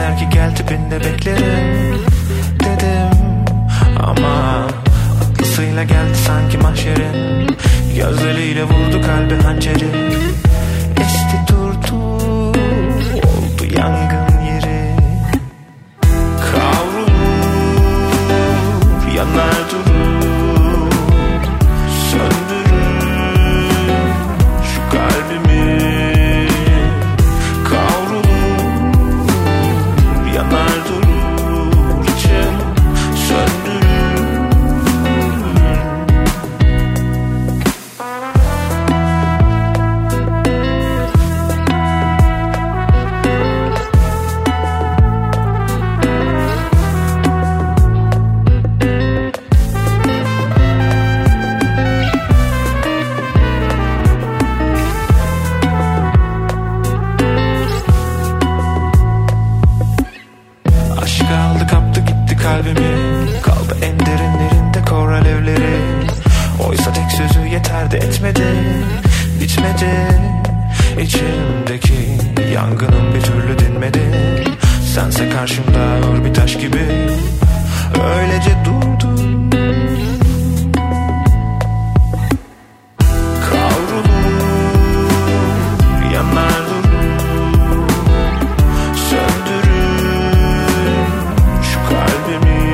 Yeter ki gel tipinde beklerim dedim. Ama aklısıyla geldi sanki mahşerin. Gözleriyle vurdu kalbi hançeri. Esti durdu, oldu yangın yeri. Kavrulur, yanar durur, söndürür şu kalbimi. Kaldı en derinlerinde kor alevleri. Oysa tek sözü yeterdi etmedi, bitmedi. İçimdeki yangının bir türlü dinmedi. Sense karşımda ağır bir taş gibi öylece durdun. Kavrulur, yanar durur, söndürür şu kalbimi.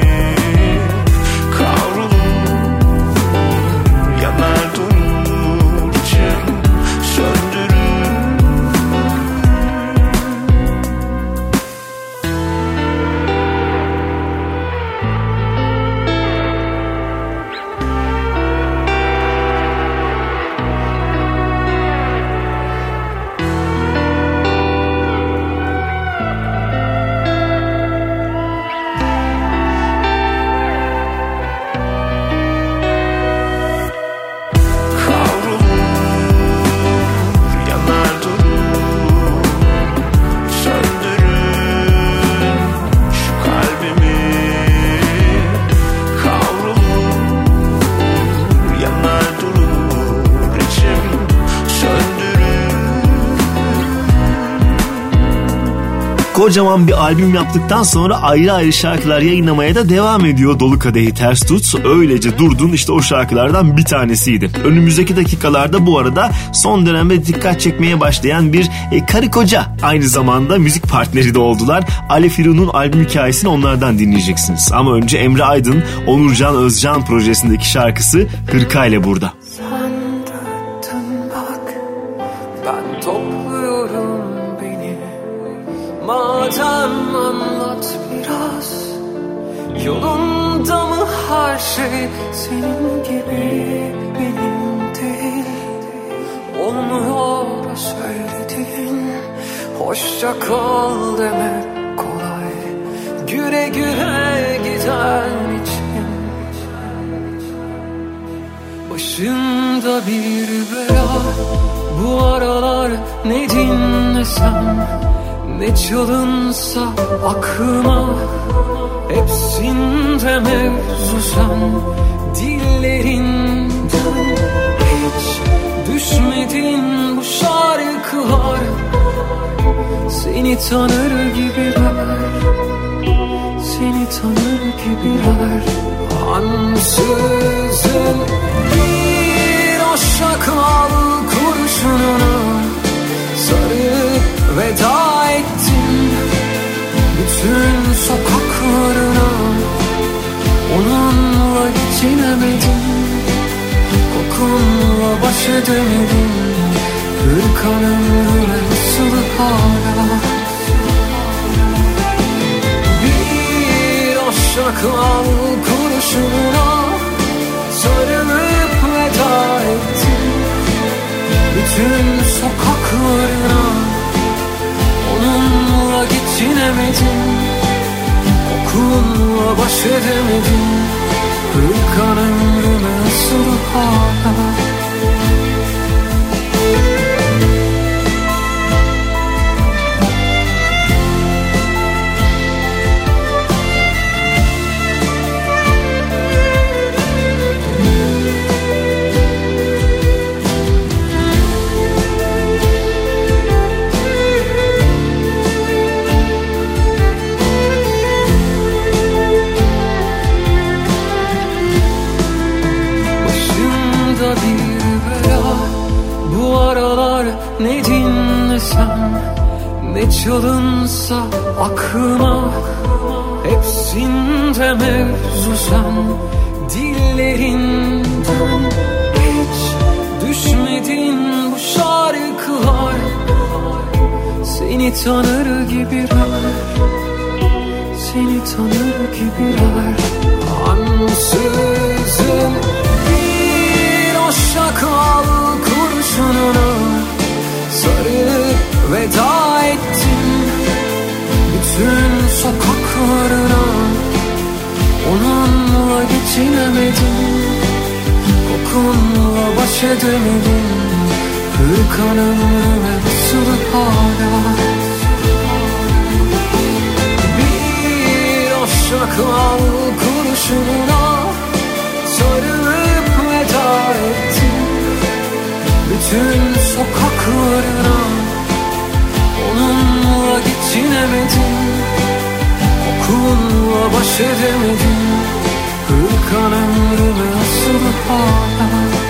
Kocaman bir albüm yaptıktan sonra ayrı ayrı şarkılar yayınlamaya da devam ediyor. Dolu Kadehi Ters Tut, Öylece Durdun işte o şarkılardan bir tanesiydi. Önümüzdeki dakikalarda bu arada son dönemde dikkat çekmeye başlayan bir karı koca aynı zamanda müzik partneri de oldular. Ale Firu'nun albüm hikayesini onlardan dinleyeceksiniz. Ama önce Emre Aydın, Onurcan Özcan projesindeki şarkısı Hırka ile burada. Sen döndün bak, ben topluyorum beni. Madem anlat biraz, yolunda mı her şey senin gibi benim değil. Olmuyor söylediğin, hoşça kal demek kolay. Güle güle giden için başımda bir bela. Bu aralar ne dinlesem, ne çalınsa aklıma, hepsinde mevzu sen, dillerinden. Hiç düşmedin bu şarkılar, seni tanır gibiler, seni tanır gibiler. Ansızın bir aşk al kurşununu sarıp veda ettin bütün sokaklarına. Onunla geçinemedin, kokunla baş edemedin. Hırkan ömrüne sığlı hala. Bir aşk al kurşununa sarılıp veda ettin bütün sokaklarına. Onunla geçinemedin, kokunla baş edemedin. Hırkan ömrüme sığlı hala. çalınsa aklıma, hepsinde mevzu sen. Dillerinden hiç düşmedin bu şarkılar. Seni tanır gibiler, seni tanır gibiler. Ansızın bir şakal kurşununa sarılıp veda ettim bütün sokaklarına. Onunla geçinemedim, kokunla baş edemedim. Kırık anılarım asılı hala. Bir şakal kurşununa sarılıp veda ettim bütün sokaklarına. Onunla geçinemedim, kokunla baş edemedim. Kırık anılarım asılı hala.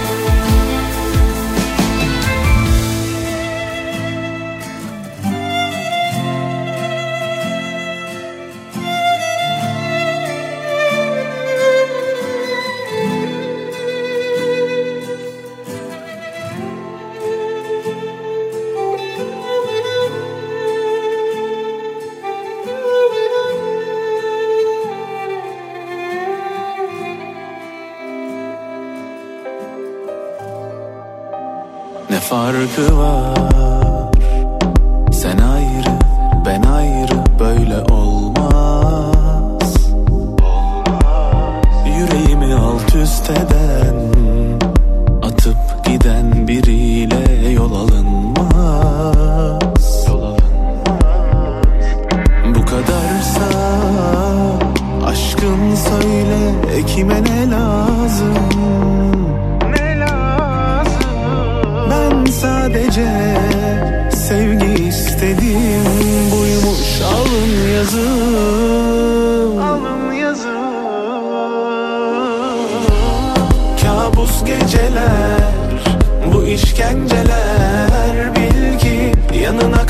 Ne farkı var? Sen ayrı, ben ayrı, böyle olmaz. Yüreğimi alt üst eden, atıp giden biriyle yol alınmaz. Bu kadarsa aşkın, söyle kime ne lazım? Sadece sevgi istedim, buymuş alın yazım. Alın yazım. Kabus geceler, bu işkenceler, bil ki yanına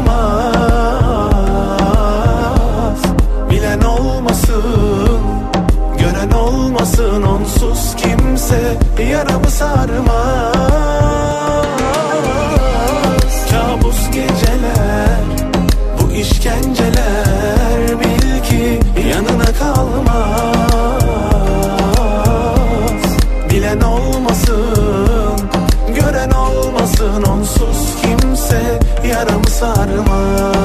kalmaz. Bilen olmasın, gören olmasın, onsuz kimse yaramı sarmaz. Kabus geceler, bu işkenceler, bil ki yanına kalmaz. Bilen olmasın, gören olmasın, onsuz kimse yaramı sarmaz.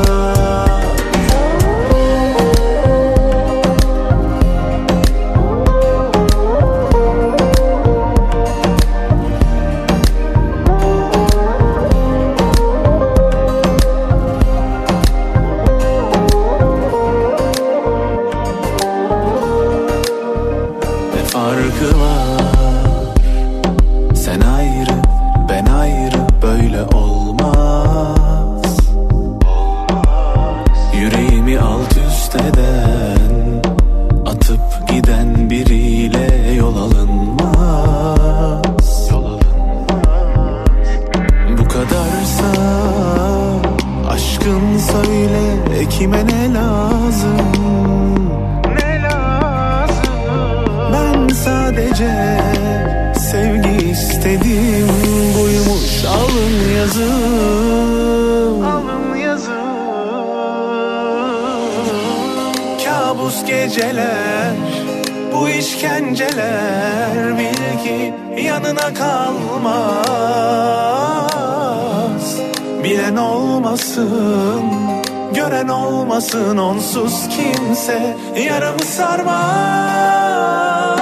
Kime ne lazım? Ne lazım? Ben sadece sevgi istedim, buymuş alın yazım. Alın yazım. Kabus geceler, bu işkenceler, bil ki yanına kalmaz. Bilen olmasın, gören olmasın, onsuz kimse yaramı sarmaz.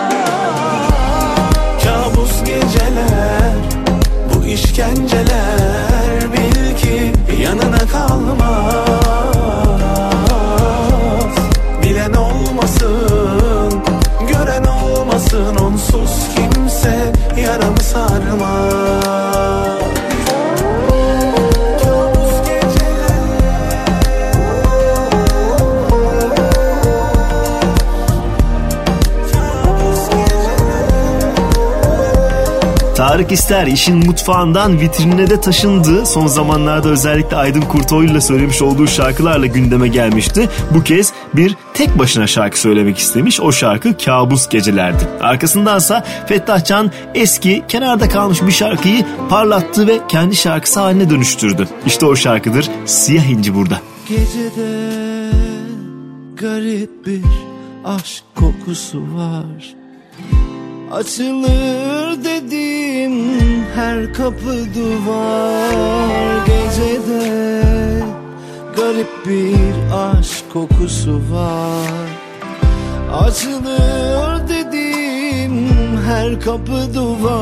Kabus geceler, bu işkenceler, bil ki yanına kalmaz. Bilen olmasın, gören olmasın, onsuz kimse yaramı sarmaz. Tarık İster işin mutfağından vitrinine de taşındı. Son zamanlarda özellikle Aydın Kurtoğlu'yla söylemiş olduğu şarkılarla gündeme gelmişti. Bu kez bir tek başına şarkı söylemek istemiş. O şarkı Kabus Gecelerdi. Arkasındansa Fettah Can eski kenarda kalmış bir şarkıyı parlattı ve kendi şarkısı haline dönüştürdü. İşte o şarkıdır Siyah İnci burada. Gecede garip bir aşk kokusu var. Açılır dedim her kapı duvar. Gecede garip bir aşk kokusu var. Açılır dedim her kapı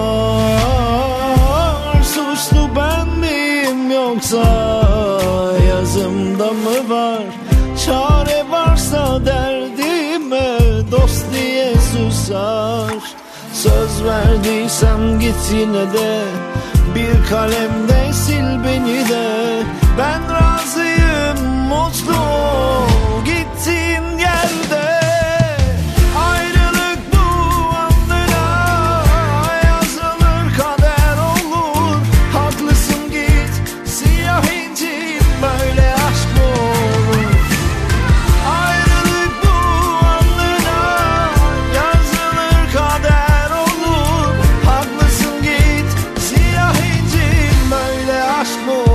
duvar. Suçlu ben miyim yoksa yazımda mı var? Çare varsa derdime dost diye susar. Söz verdiysem git yine de bir kalemde sil beni de. Ben razıyım mutlu ol gittiğin yerde. Ayrılık bu anlara yazılır kader olur. Haklısın git siyah incim böyle aşk mı olur? Ayrılık bu anlara yazılır kader olur. Haklısın git siyah incim böyle aşk mı olur?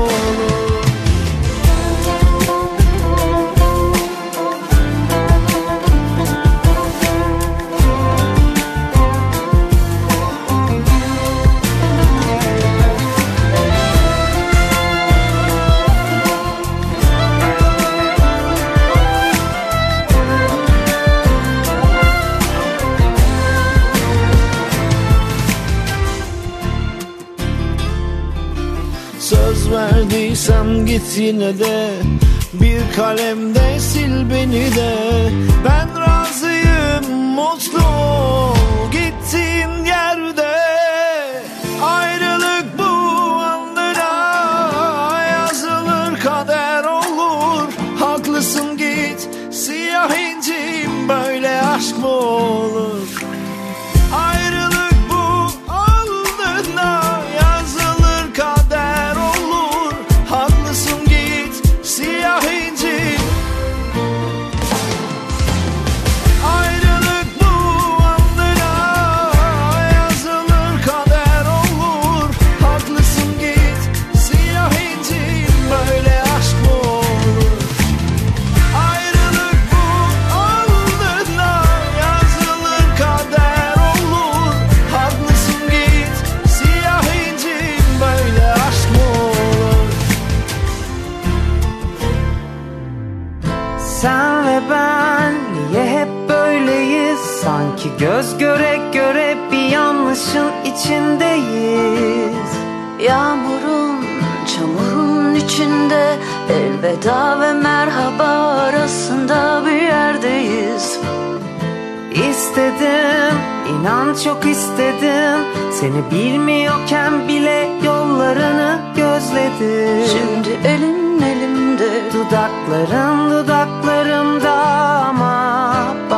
Söz verdiysem git yine de bir kalemde sil beni de. Ben razıyım mutlu ol gittiğin yerde. Ayrılık bu anlara yazılır kader olur. Haklısın git siyah incim böyle aşk mı olur? Ayrılık bu alnına yazılır kader olur. Haklısın git siyah incim. Ayrılık bu anlara yazılır kader olur. Haklısın git siyah incim böyle aşk mı olur? Ayrılık bu alnına yazılır kader olur. Haklısın git siyah incim böyle aşk mı olur? Sen ve ben niye hep böyleyiz? Sanki göz göre göre bir yanlışın içindeyiz. Yağmurun, çamurun içinde elveda ve merhaba arasında bir yerdeyiz. İstedim, inan çok istedim. Seni bilmiyorken bile yollarını gözledim. Şimdi elin elimde, dudakların dudaklarımda ama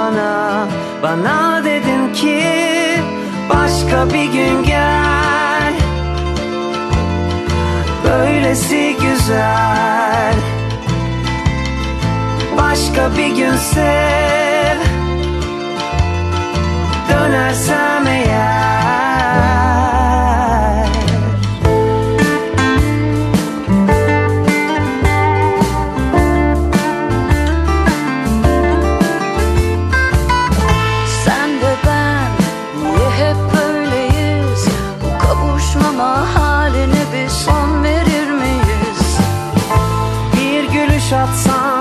bana dedin ki başka bir gün gel. Böylesi güzel. Başka bir gün sev. Dönersem eğer. sen ve ben niye hep böyleyiz? Bu kavuşmama haline bir son verir miyiz? Bir gülüş atsan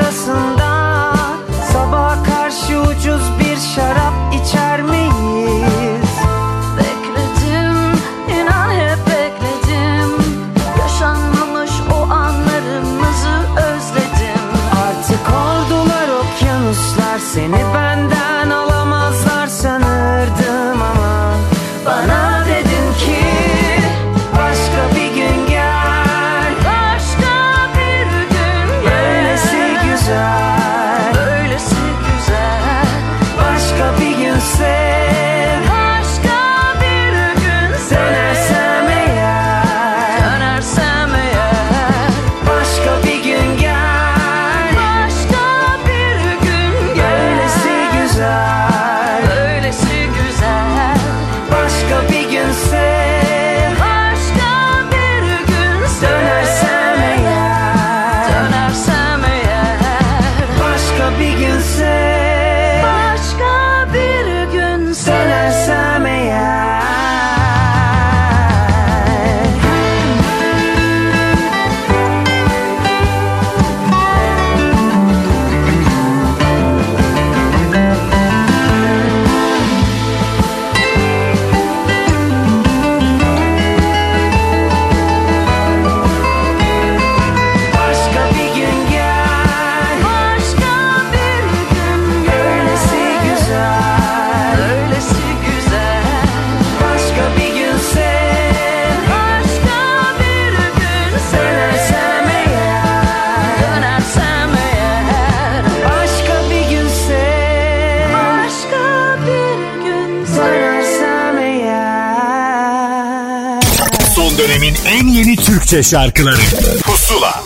manzarasında, sabaha karşı ucuz bir şarap içer miyiz? en yeni Türkçe şarkıları Pusula.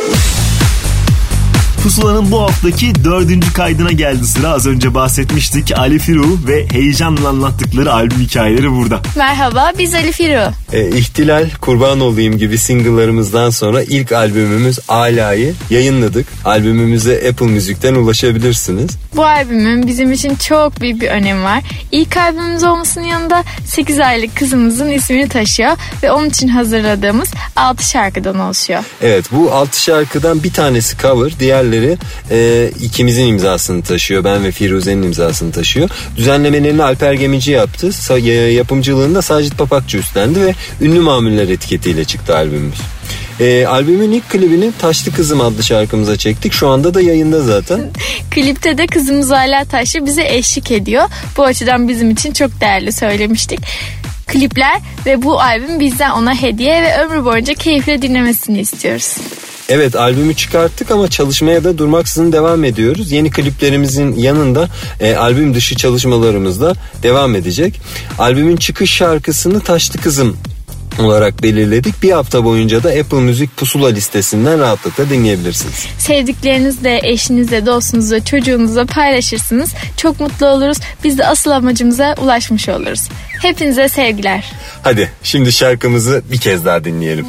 Pusula'nın bu haftaki 4. kaydına geldi sıra. Az önce bahsetmiştik. Ali Firu ve heyecanla anlattıkları albüm hikayeleri burada. Merhaba, biz Ali Firu. İhtilal, Kurban Olayım gibi single'larımızdan sonra ilk albümümüz Ala'yı yayınladık. Albümümüze Apple Müzik'ten ulaşabilirsiniz. Bu albümün bizim için çok büyük bir önemi var. İlk albümümüz olmasının yanında 8 aylık kızımızın ismini taşıyor ve onun için hazırladığımız 6 şarkıdan oluşuyor. Evet, bu 6 şarkıdan bir tanesi cover, diğerleri ikimizin imzasını taşıyor. Ben ve Firuze'nin imzasını taşıyor. Düzenlemelerini Alper Gemici yaptı. Yapımcılığında Sacit Papakçı üstlendi ve ünlü mamuller etiketiyle çıktı albümümüz. Albümün ilk klibini Taşlı Kızım adlı şarkımıza çektik. Şu anda da yayında zaten. Klipte de kızımız Ala Taşlı bize eşlik ediyor. Bu açıdan bizim için çok değerli, söylemiştik. Klipler ve bu albüm bizden ona hediye ve ömrü boyunca keyifle dinlemesini istiyoruz. Evet, albümü çıkarttık ama çalışmaya da durmaksızın devam ediyoruz. Yeni kliplerimizin yanında albüm dışı çalışmalarımız da devam edecek. Albümün çıkış şarkısını Taşlı Kızım olarak belirledik. Bir hafta boyunca da Apple Müzik Pusula listesinden rahatlıkla dinleyebilirsiniz. Sevdiklerinizle, eşinizle, dostunuzla, çocuğunuzla paylaşırsınız. Çok mutlu oluruz. Biz de asıl amacımıza ulaşmış oluruz. Hepinize sevgiler. Hadi şimdi şarkımızı bir kez daha dinleyelim.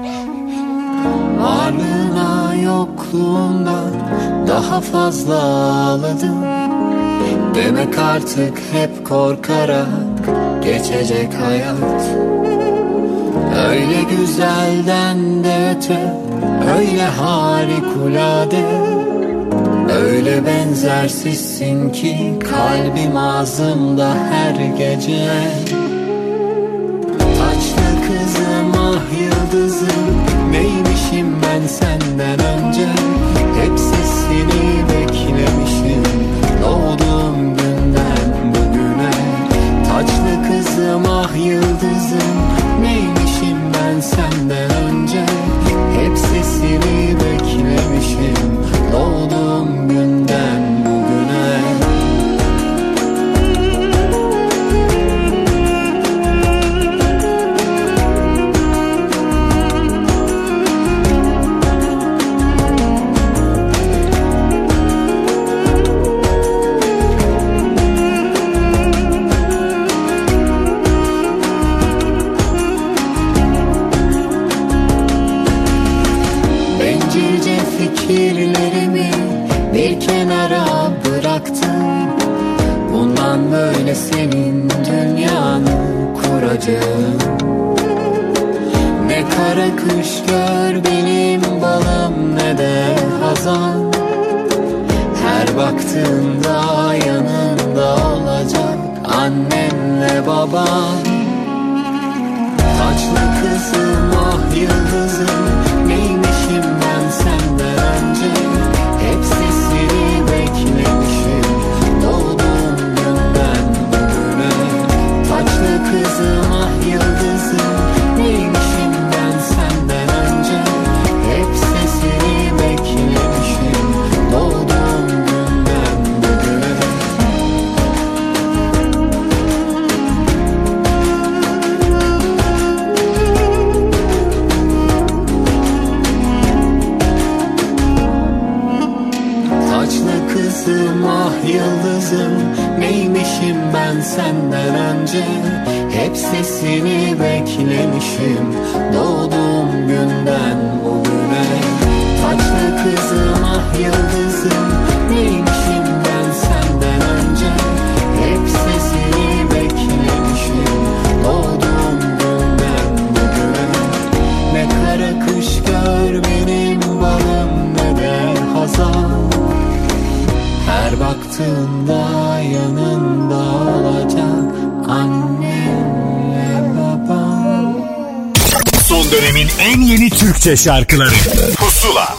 Varlığına yokluğundan daha fazla ağladım. Demek artık hep korkarak geçecek hayat. Öyle güzelden de öte, öyle harikulade, öyle benzersizsin ki kalbim ağzımda her gece. Taçlı kızım ah yıldızım, neymişim ben senden önce? Hep sesini beklemişim doğduğum günden bugüne. Taçlı kızım ah yıldızım, neymişim ben senden önce? Hep sesini beklemişim doğduğum günden bugüne. Fikirlerimi bir kenara bıraktım. Bundan böyle senin dünyanı kuracağım. Ne kara kış gör benim balım, ne de hazan. Her baktığında yanında olacak annemle baban. Taçlı kızım ah yıldızım, neymişim ben senden önce? Hep sesini beklemişim doğduğum günden bugüne. Taçlı kızım ah yıldızım, neymişim ben senden önce? Hep sesini beklemişim doğduğum günden bugüne. Kızım ah yıldızım, neymişim ben senden önce? Hep sesini beklemişim doğduğum günden bugüne. Taçlı kızım ah yıldızım, neymişim ben senden önce? Hep sesini beklemişim doğduğum günden bugüne. Ne kara kış gör benim balım, ne de hazan. Her baktığında yanında olacak annemle babam. Son dönemin en yeni Türkçe şarkıları Pusula.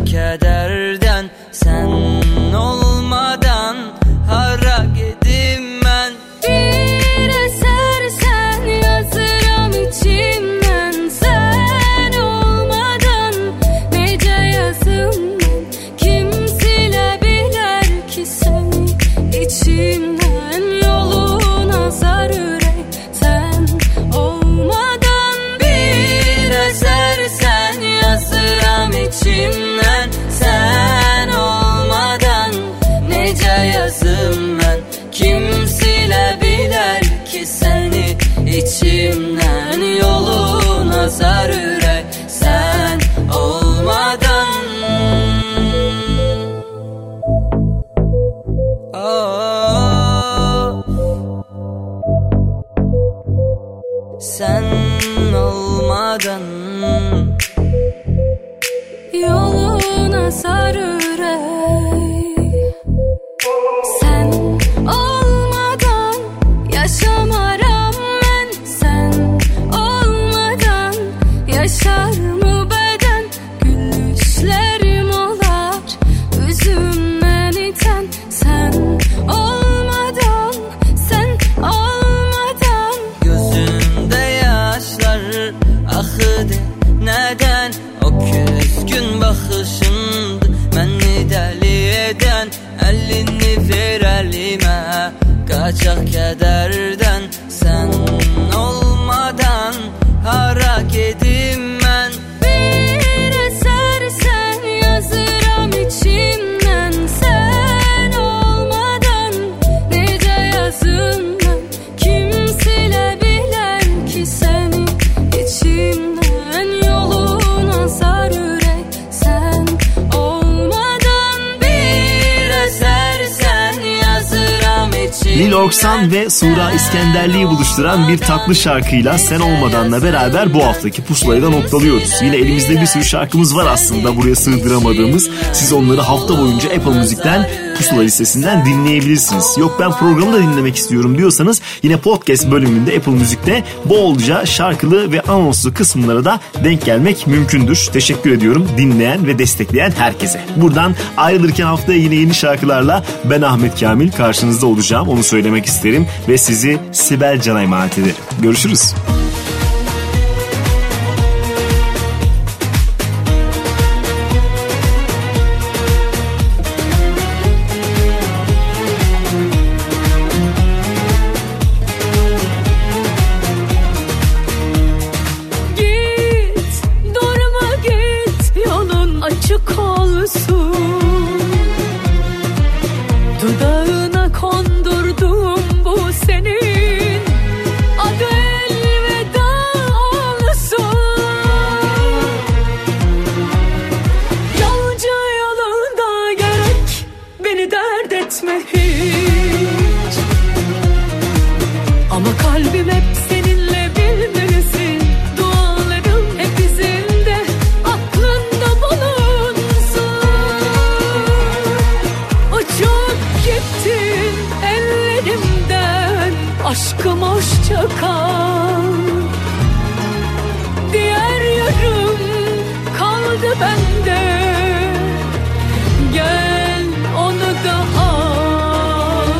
kederden. Sen olmadan hara gedim ben. Bir eser sen yazıram içimden. Sen olmadan nece yazım ben. Kim silebilir ki seni içimden. Yoluna zar yürek sen olmadan. Bir eser sen yazıram içimden. Sen olmadan nece yazım ben. Kim silebilir ki seni içimden. Yoluna zar yürek sen olmadan. Oh. Sen olmadan Yoluna sar yürek. Sen olmadan yaşamaram ben. Sen olmadan yaşar mı beden. Gülüşlerim olar üzümden iten. Sen olmadan, sen olmadan. gözümde yaşlar akıdı. Neden o küskün bakışındı beni deli eden. Elini ver elime kaçak kederden. Sen olmadan hara gedim ben. Bir eser sen yazıram içimden. Sen olmadan nece yazım ben. Kim silebilir ki seni içimden. Yoluna zar yürek sen olmadan. Bir eser sen yazıram içimden. Lil Oksan ve Sura İskenderli'yi buluşturan bir tatlı şarkıyla Sen Olmadan'la beraber bu haftaki pusulayı da noktalıyoruz. Yine elimizde bir sürü şarkımız var aslında buraya sığdıramadığımız. Siz onları hafta boyunca Apple Müzik'ten, Pusula listesinden dinleyebilirsiniz. Yok ben programı da dinlemek istiyorum diyorsanız yine podcast bölümünde Apple Müzik'te bolca şarkılı ve anonslu kısımlara da denk gelmek mümkündür. Teşekkür ediyorum dinleyen ve destekleyen herkese. Buradan ayrılırken haftaya yine yeni şarkılarla ben Ahmet Kamil karşınızda olacağım. Onu söylemek isterim ve sizi Sibel Can'a emanet ederim. Görüşürüz. Git, durma git, yolun açık olsun. Dudağına kondurdum bu senin adı elveda olsun. Yolcu yolunda gerek beni dert etme hiç. Ama kalbim hep seninle bilmelisin. Dualarım hep izinde, aklında bulunsun. Uçup gittin ellerimden, aşkım hoşça kal. Diğer yarım kaldı bende, gel onu da al.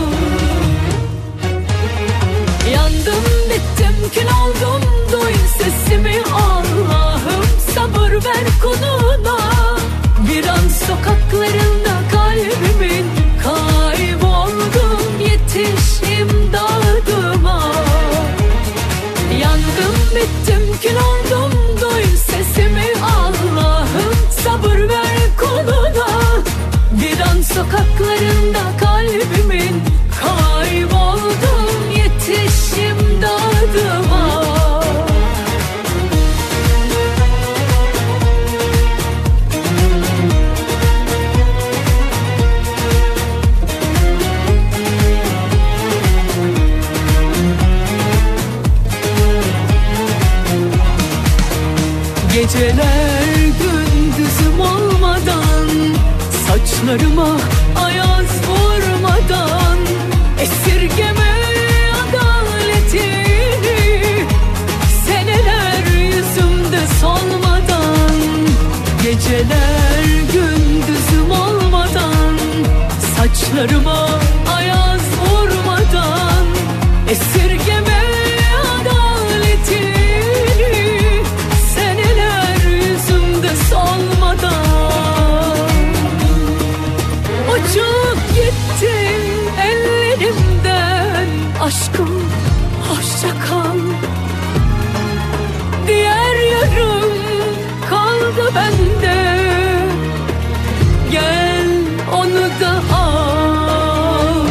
Yandım bittim kül oldum, duy sesimi Allah'ım, sabır ver kuluna. Bir an sokaklarında kalbimin, kayboldum yetiş imdadıma. Yandım bittim kül oldum, duy sesimi Allah'ım, sabır ver kuluna. Bir an sokaklarında kalbimin, kayboldum yetiş imdadıma. Geceler gündüzüm olmadan, saçlarıma ayaz vurmadan, esirgeme adaletini, seneler yüzümde solmadan. Geceler gündüzüm Ayaklarıma ayaz vurmadan esirgeme adaletini, seneler yüzümde solmadan. Uçup gittin ellerimden aşkım, hoşça kal. Diğer yarım kaldı bende, gel onu da al.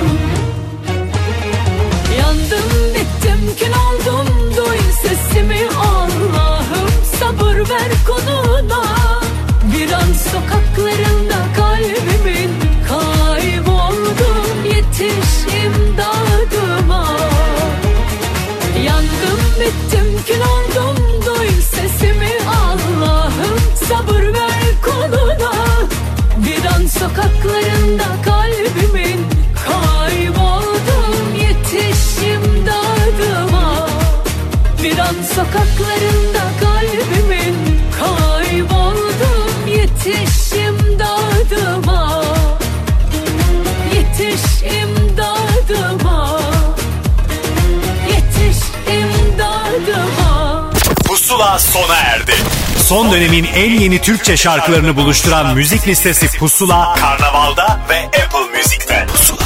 Yandım bittim kül oldum, duy sesimi Allah'ım, sabır ver konuna. Bir an sokaklarında kalbimin kayboldum, yetiş imdadıma. Yandım bittim kül oldum, duy sesimi Allah'ım, sabır ver konuna. Bir an sokaklarında kalbimin kayboldum, yetiş imdadıma. Bir an sokaklarında kalbimin kayboldum, yetiş imdadıma. Yetiş imdadıma. Yetiş imdadıma. Pusula sona erdi. Son dönemin en yeni Türkçe şarkılarını buluşturan müzik listesi Pusula, Karnaval'da ve Apple Music'te. Pusula.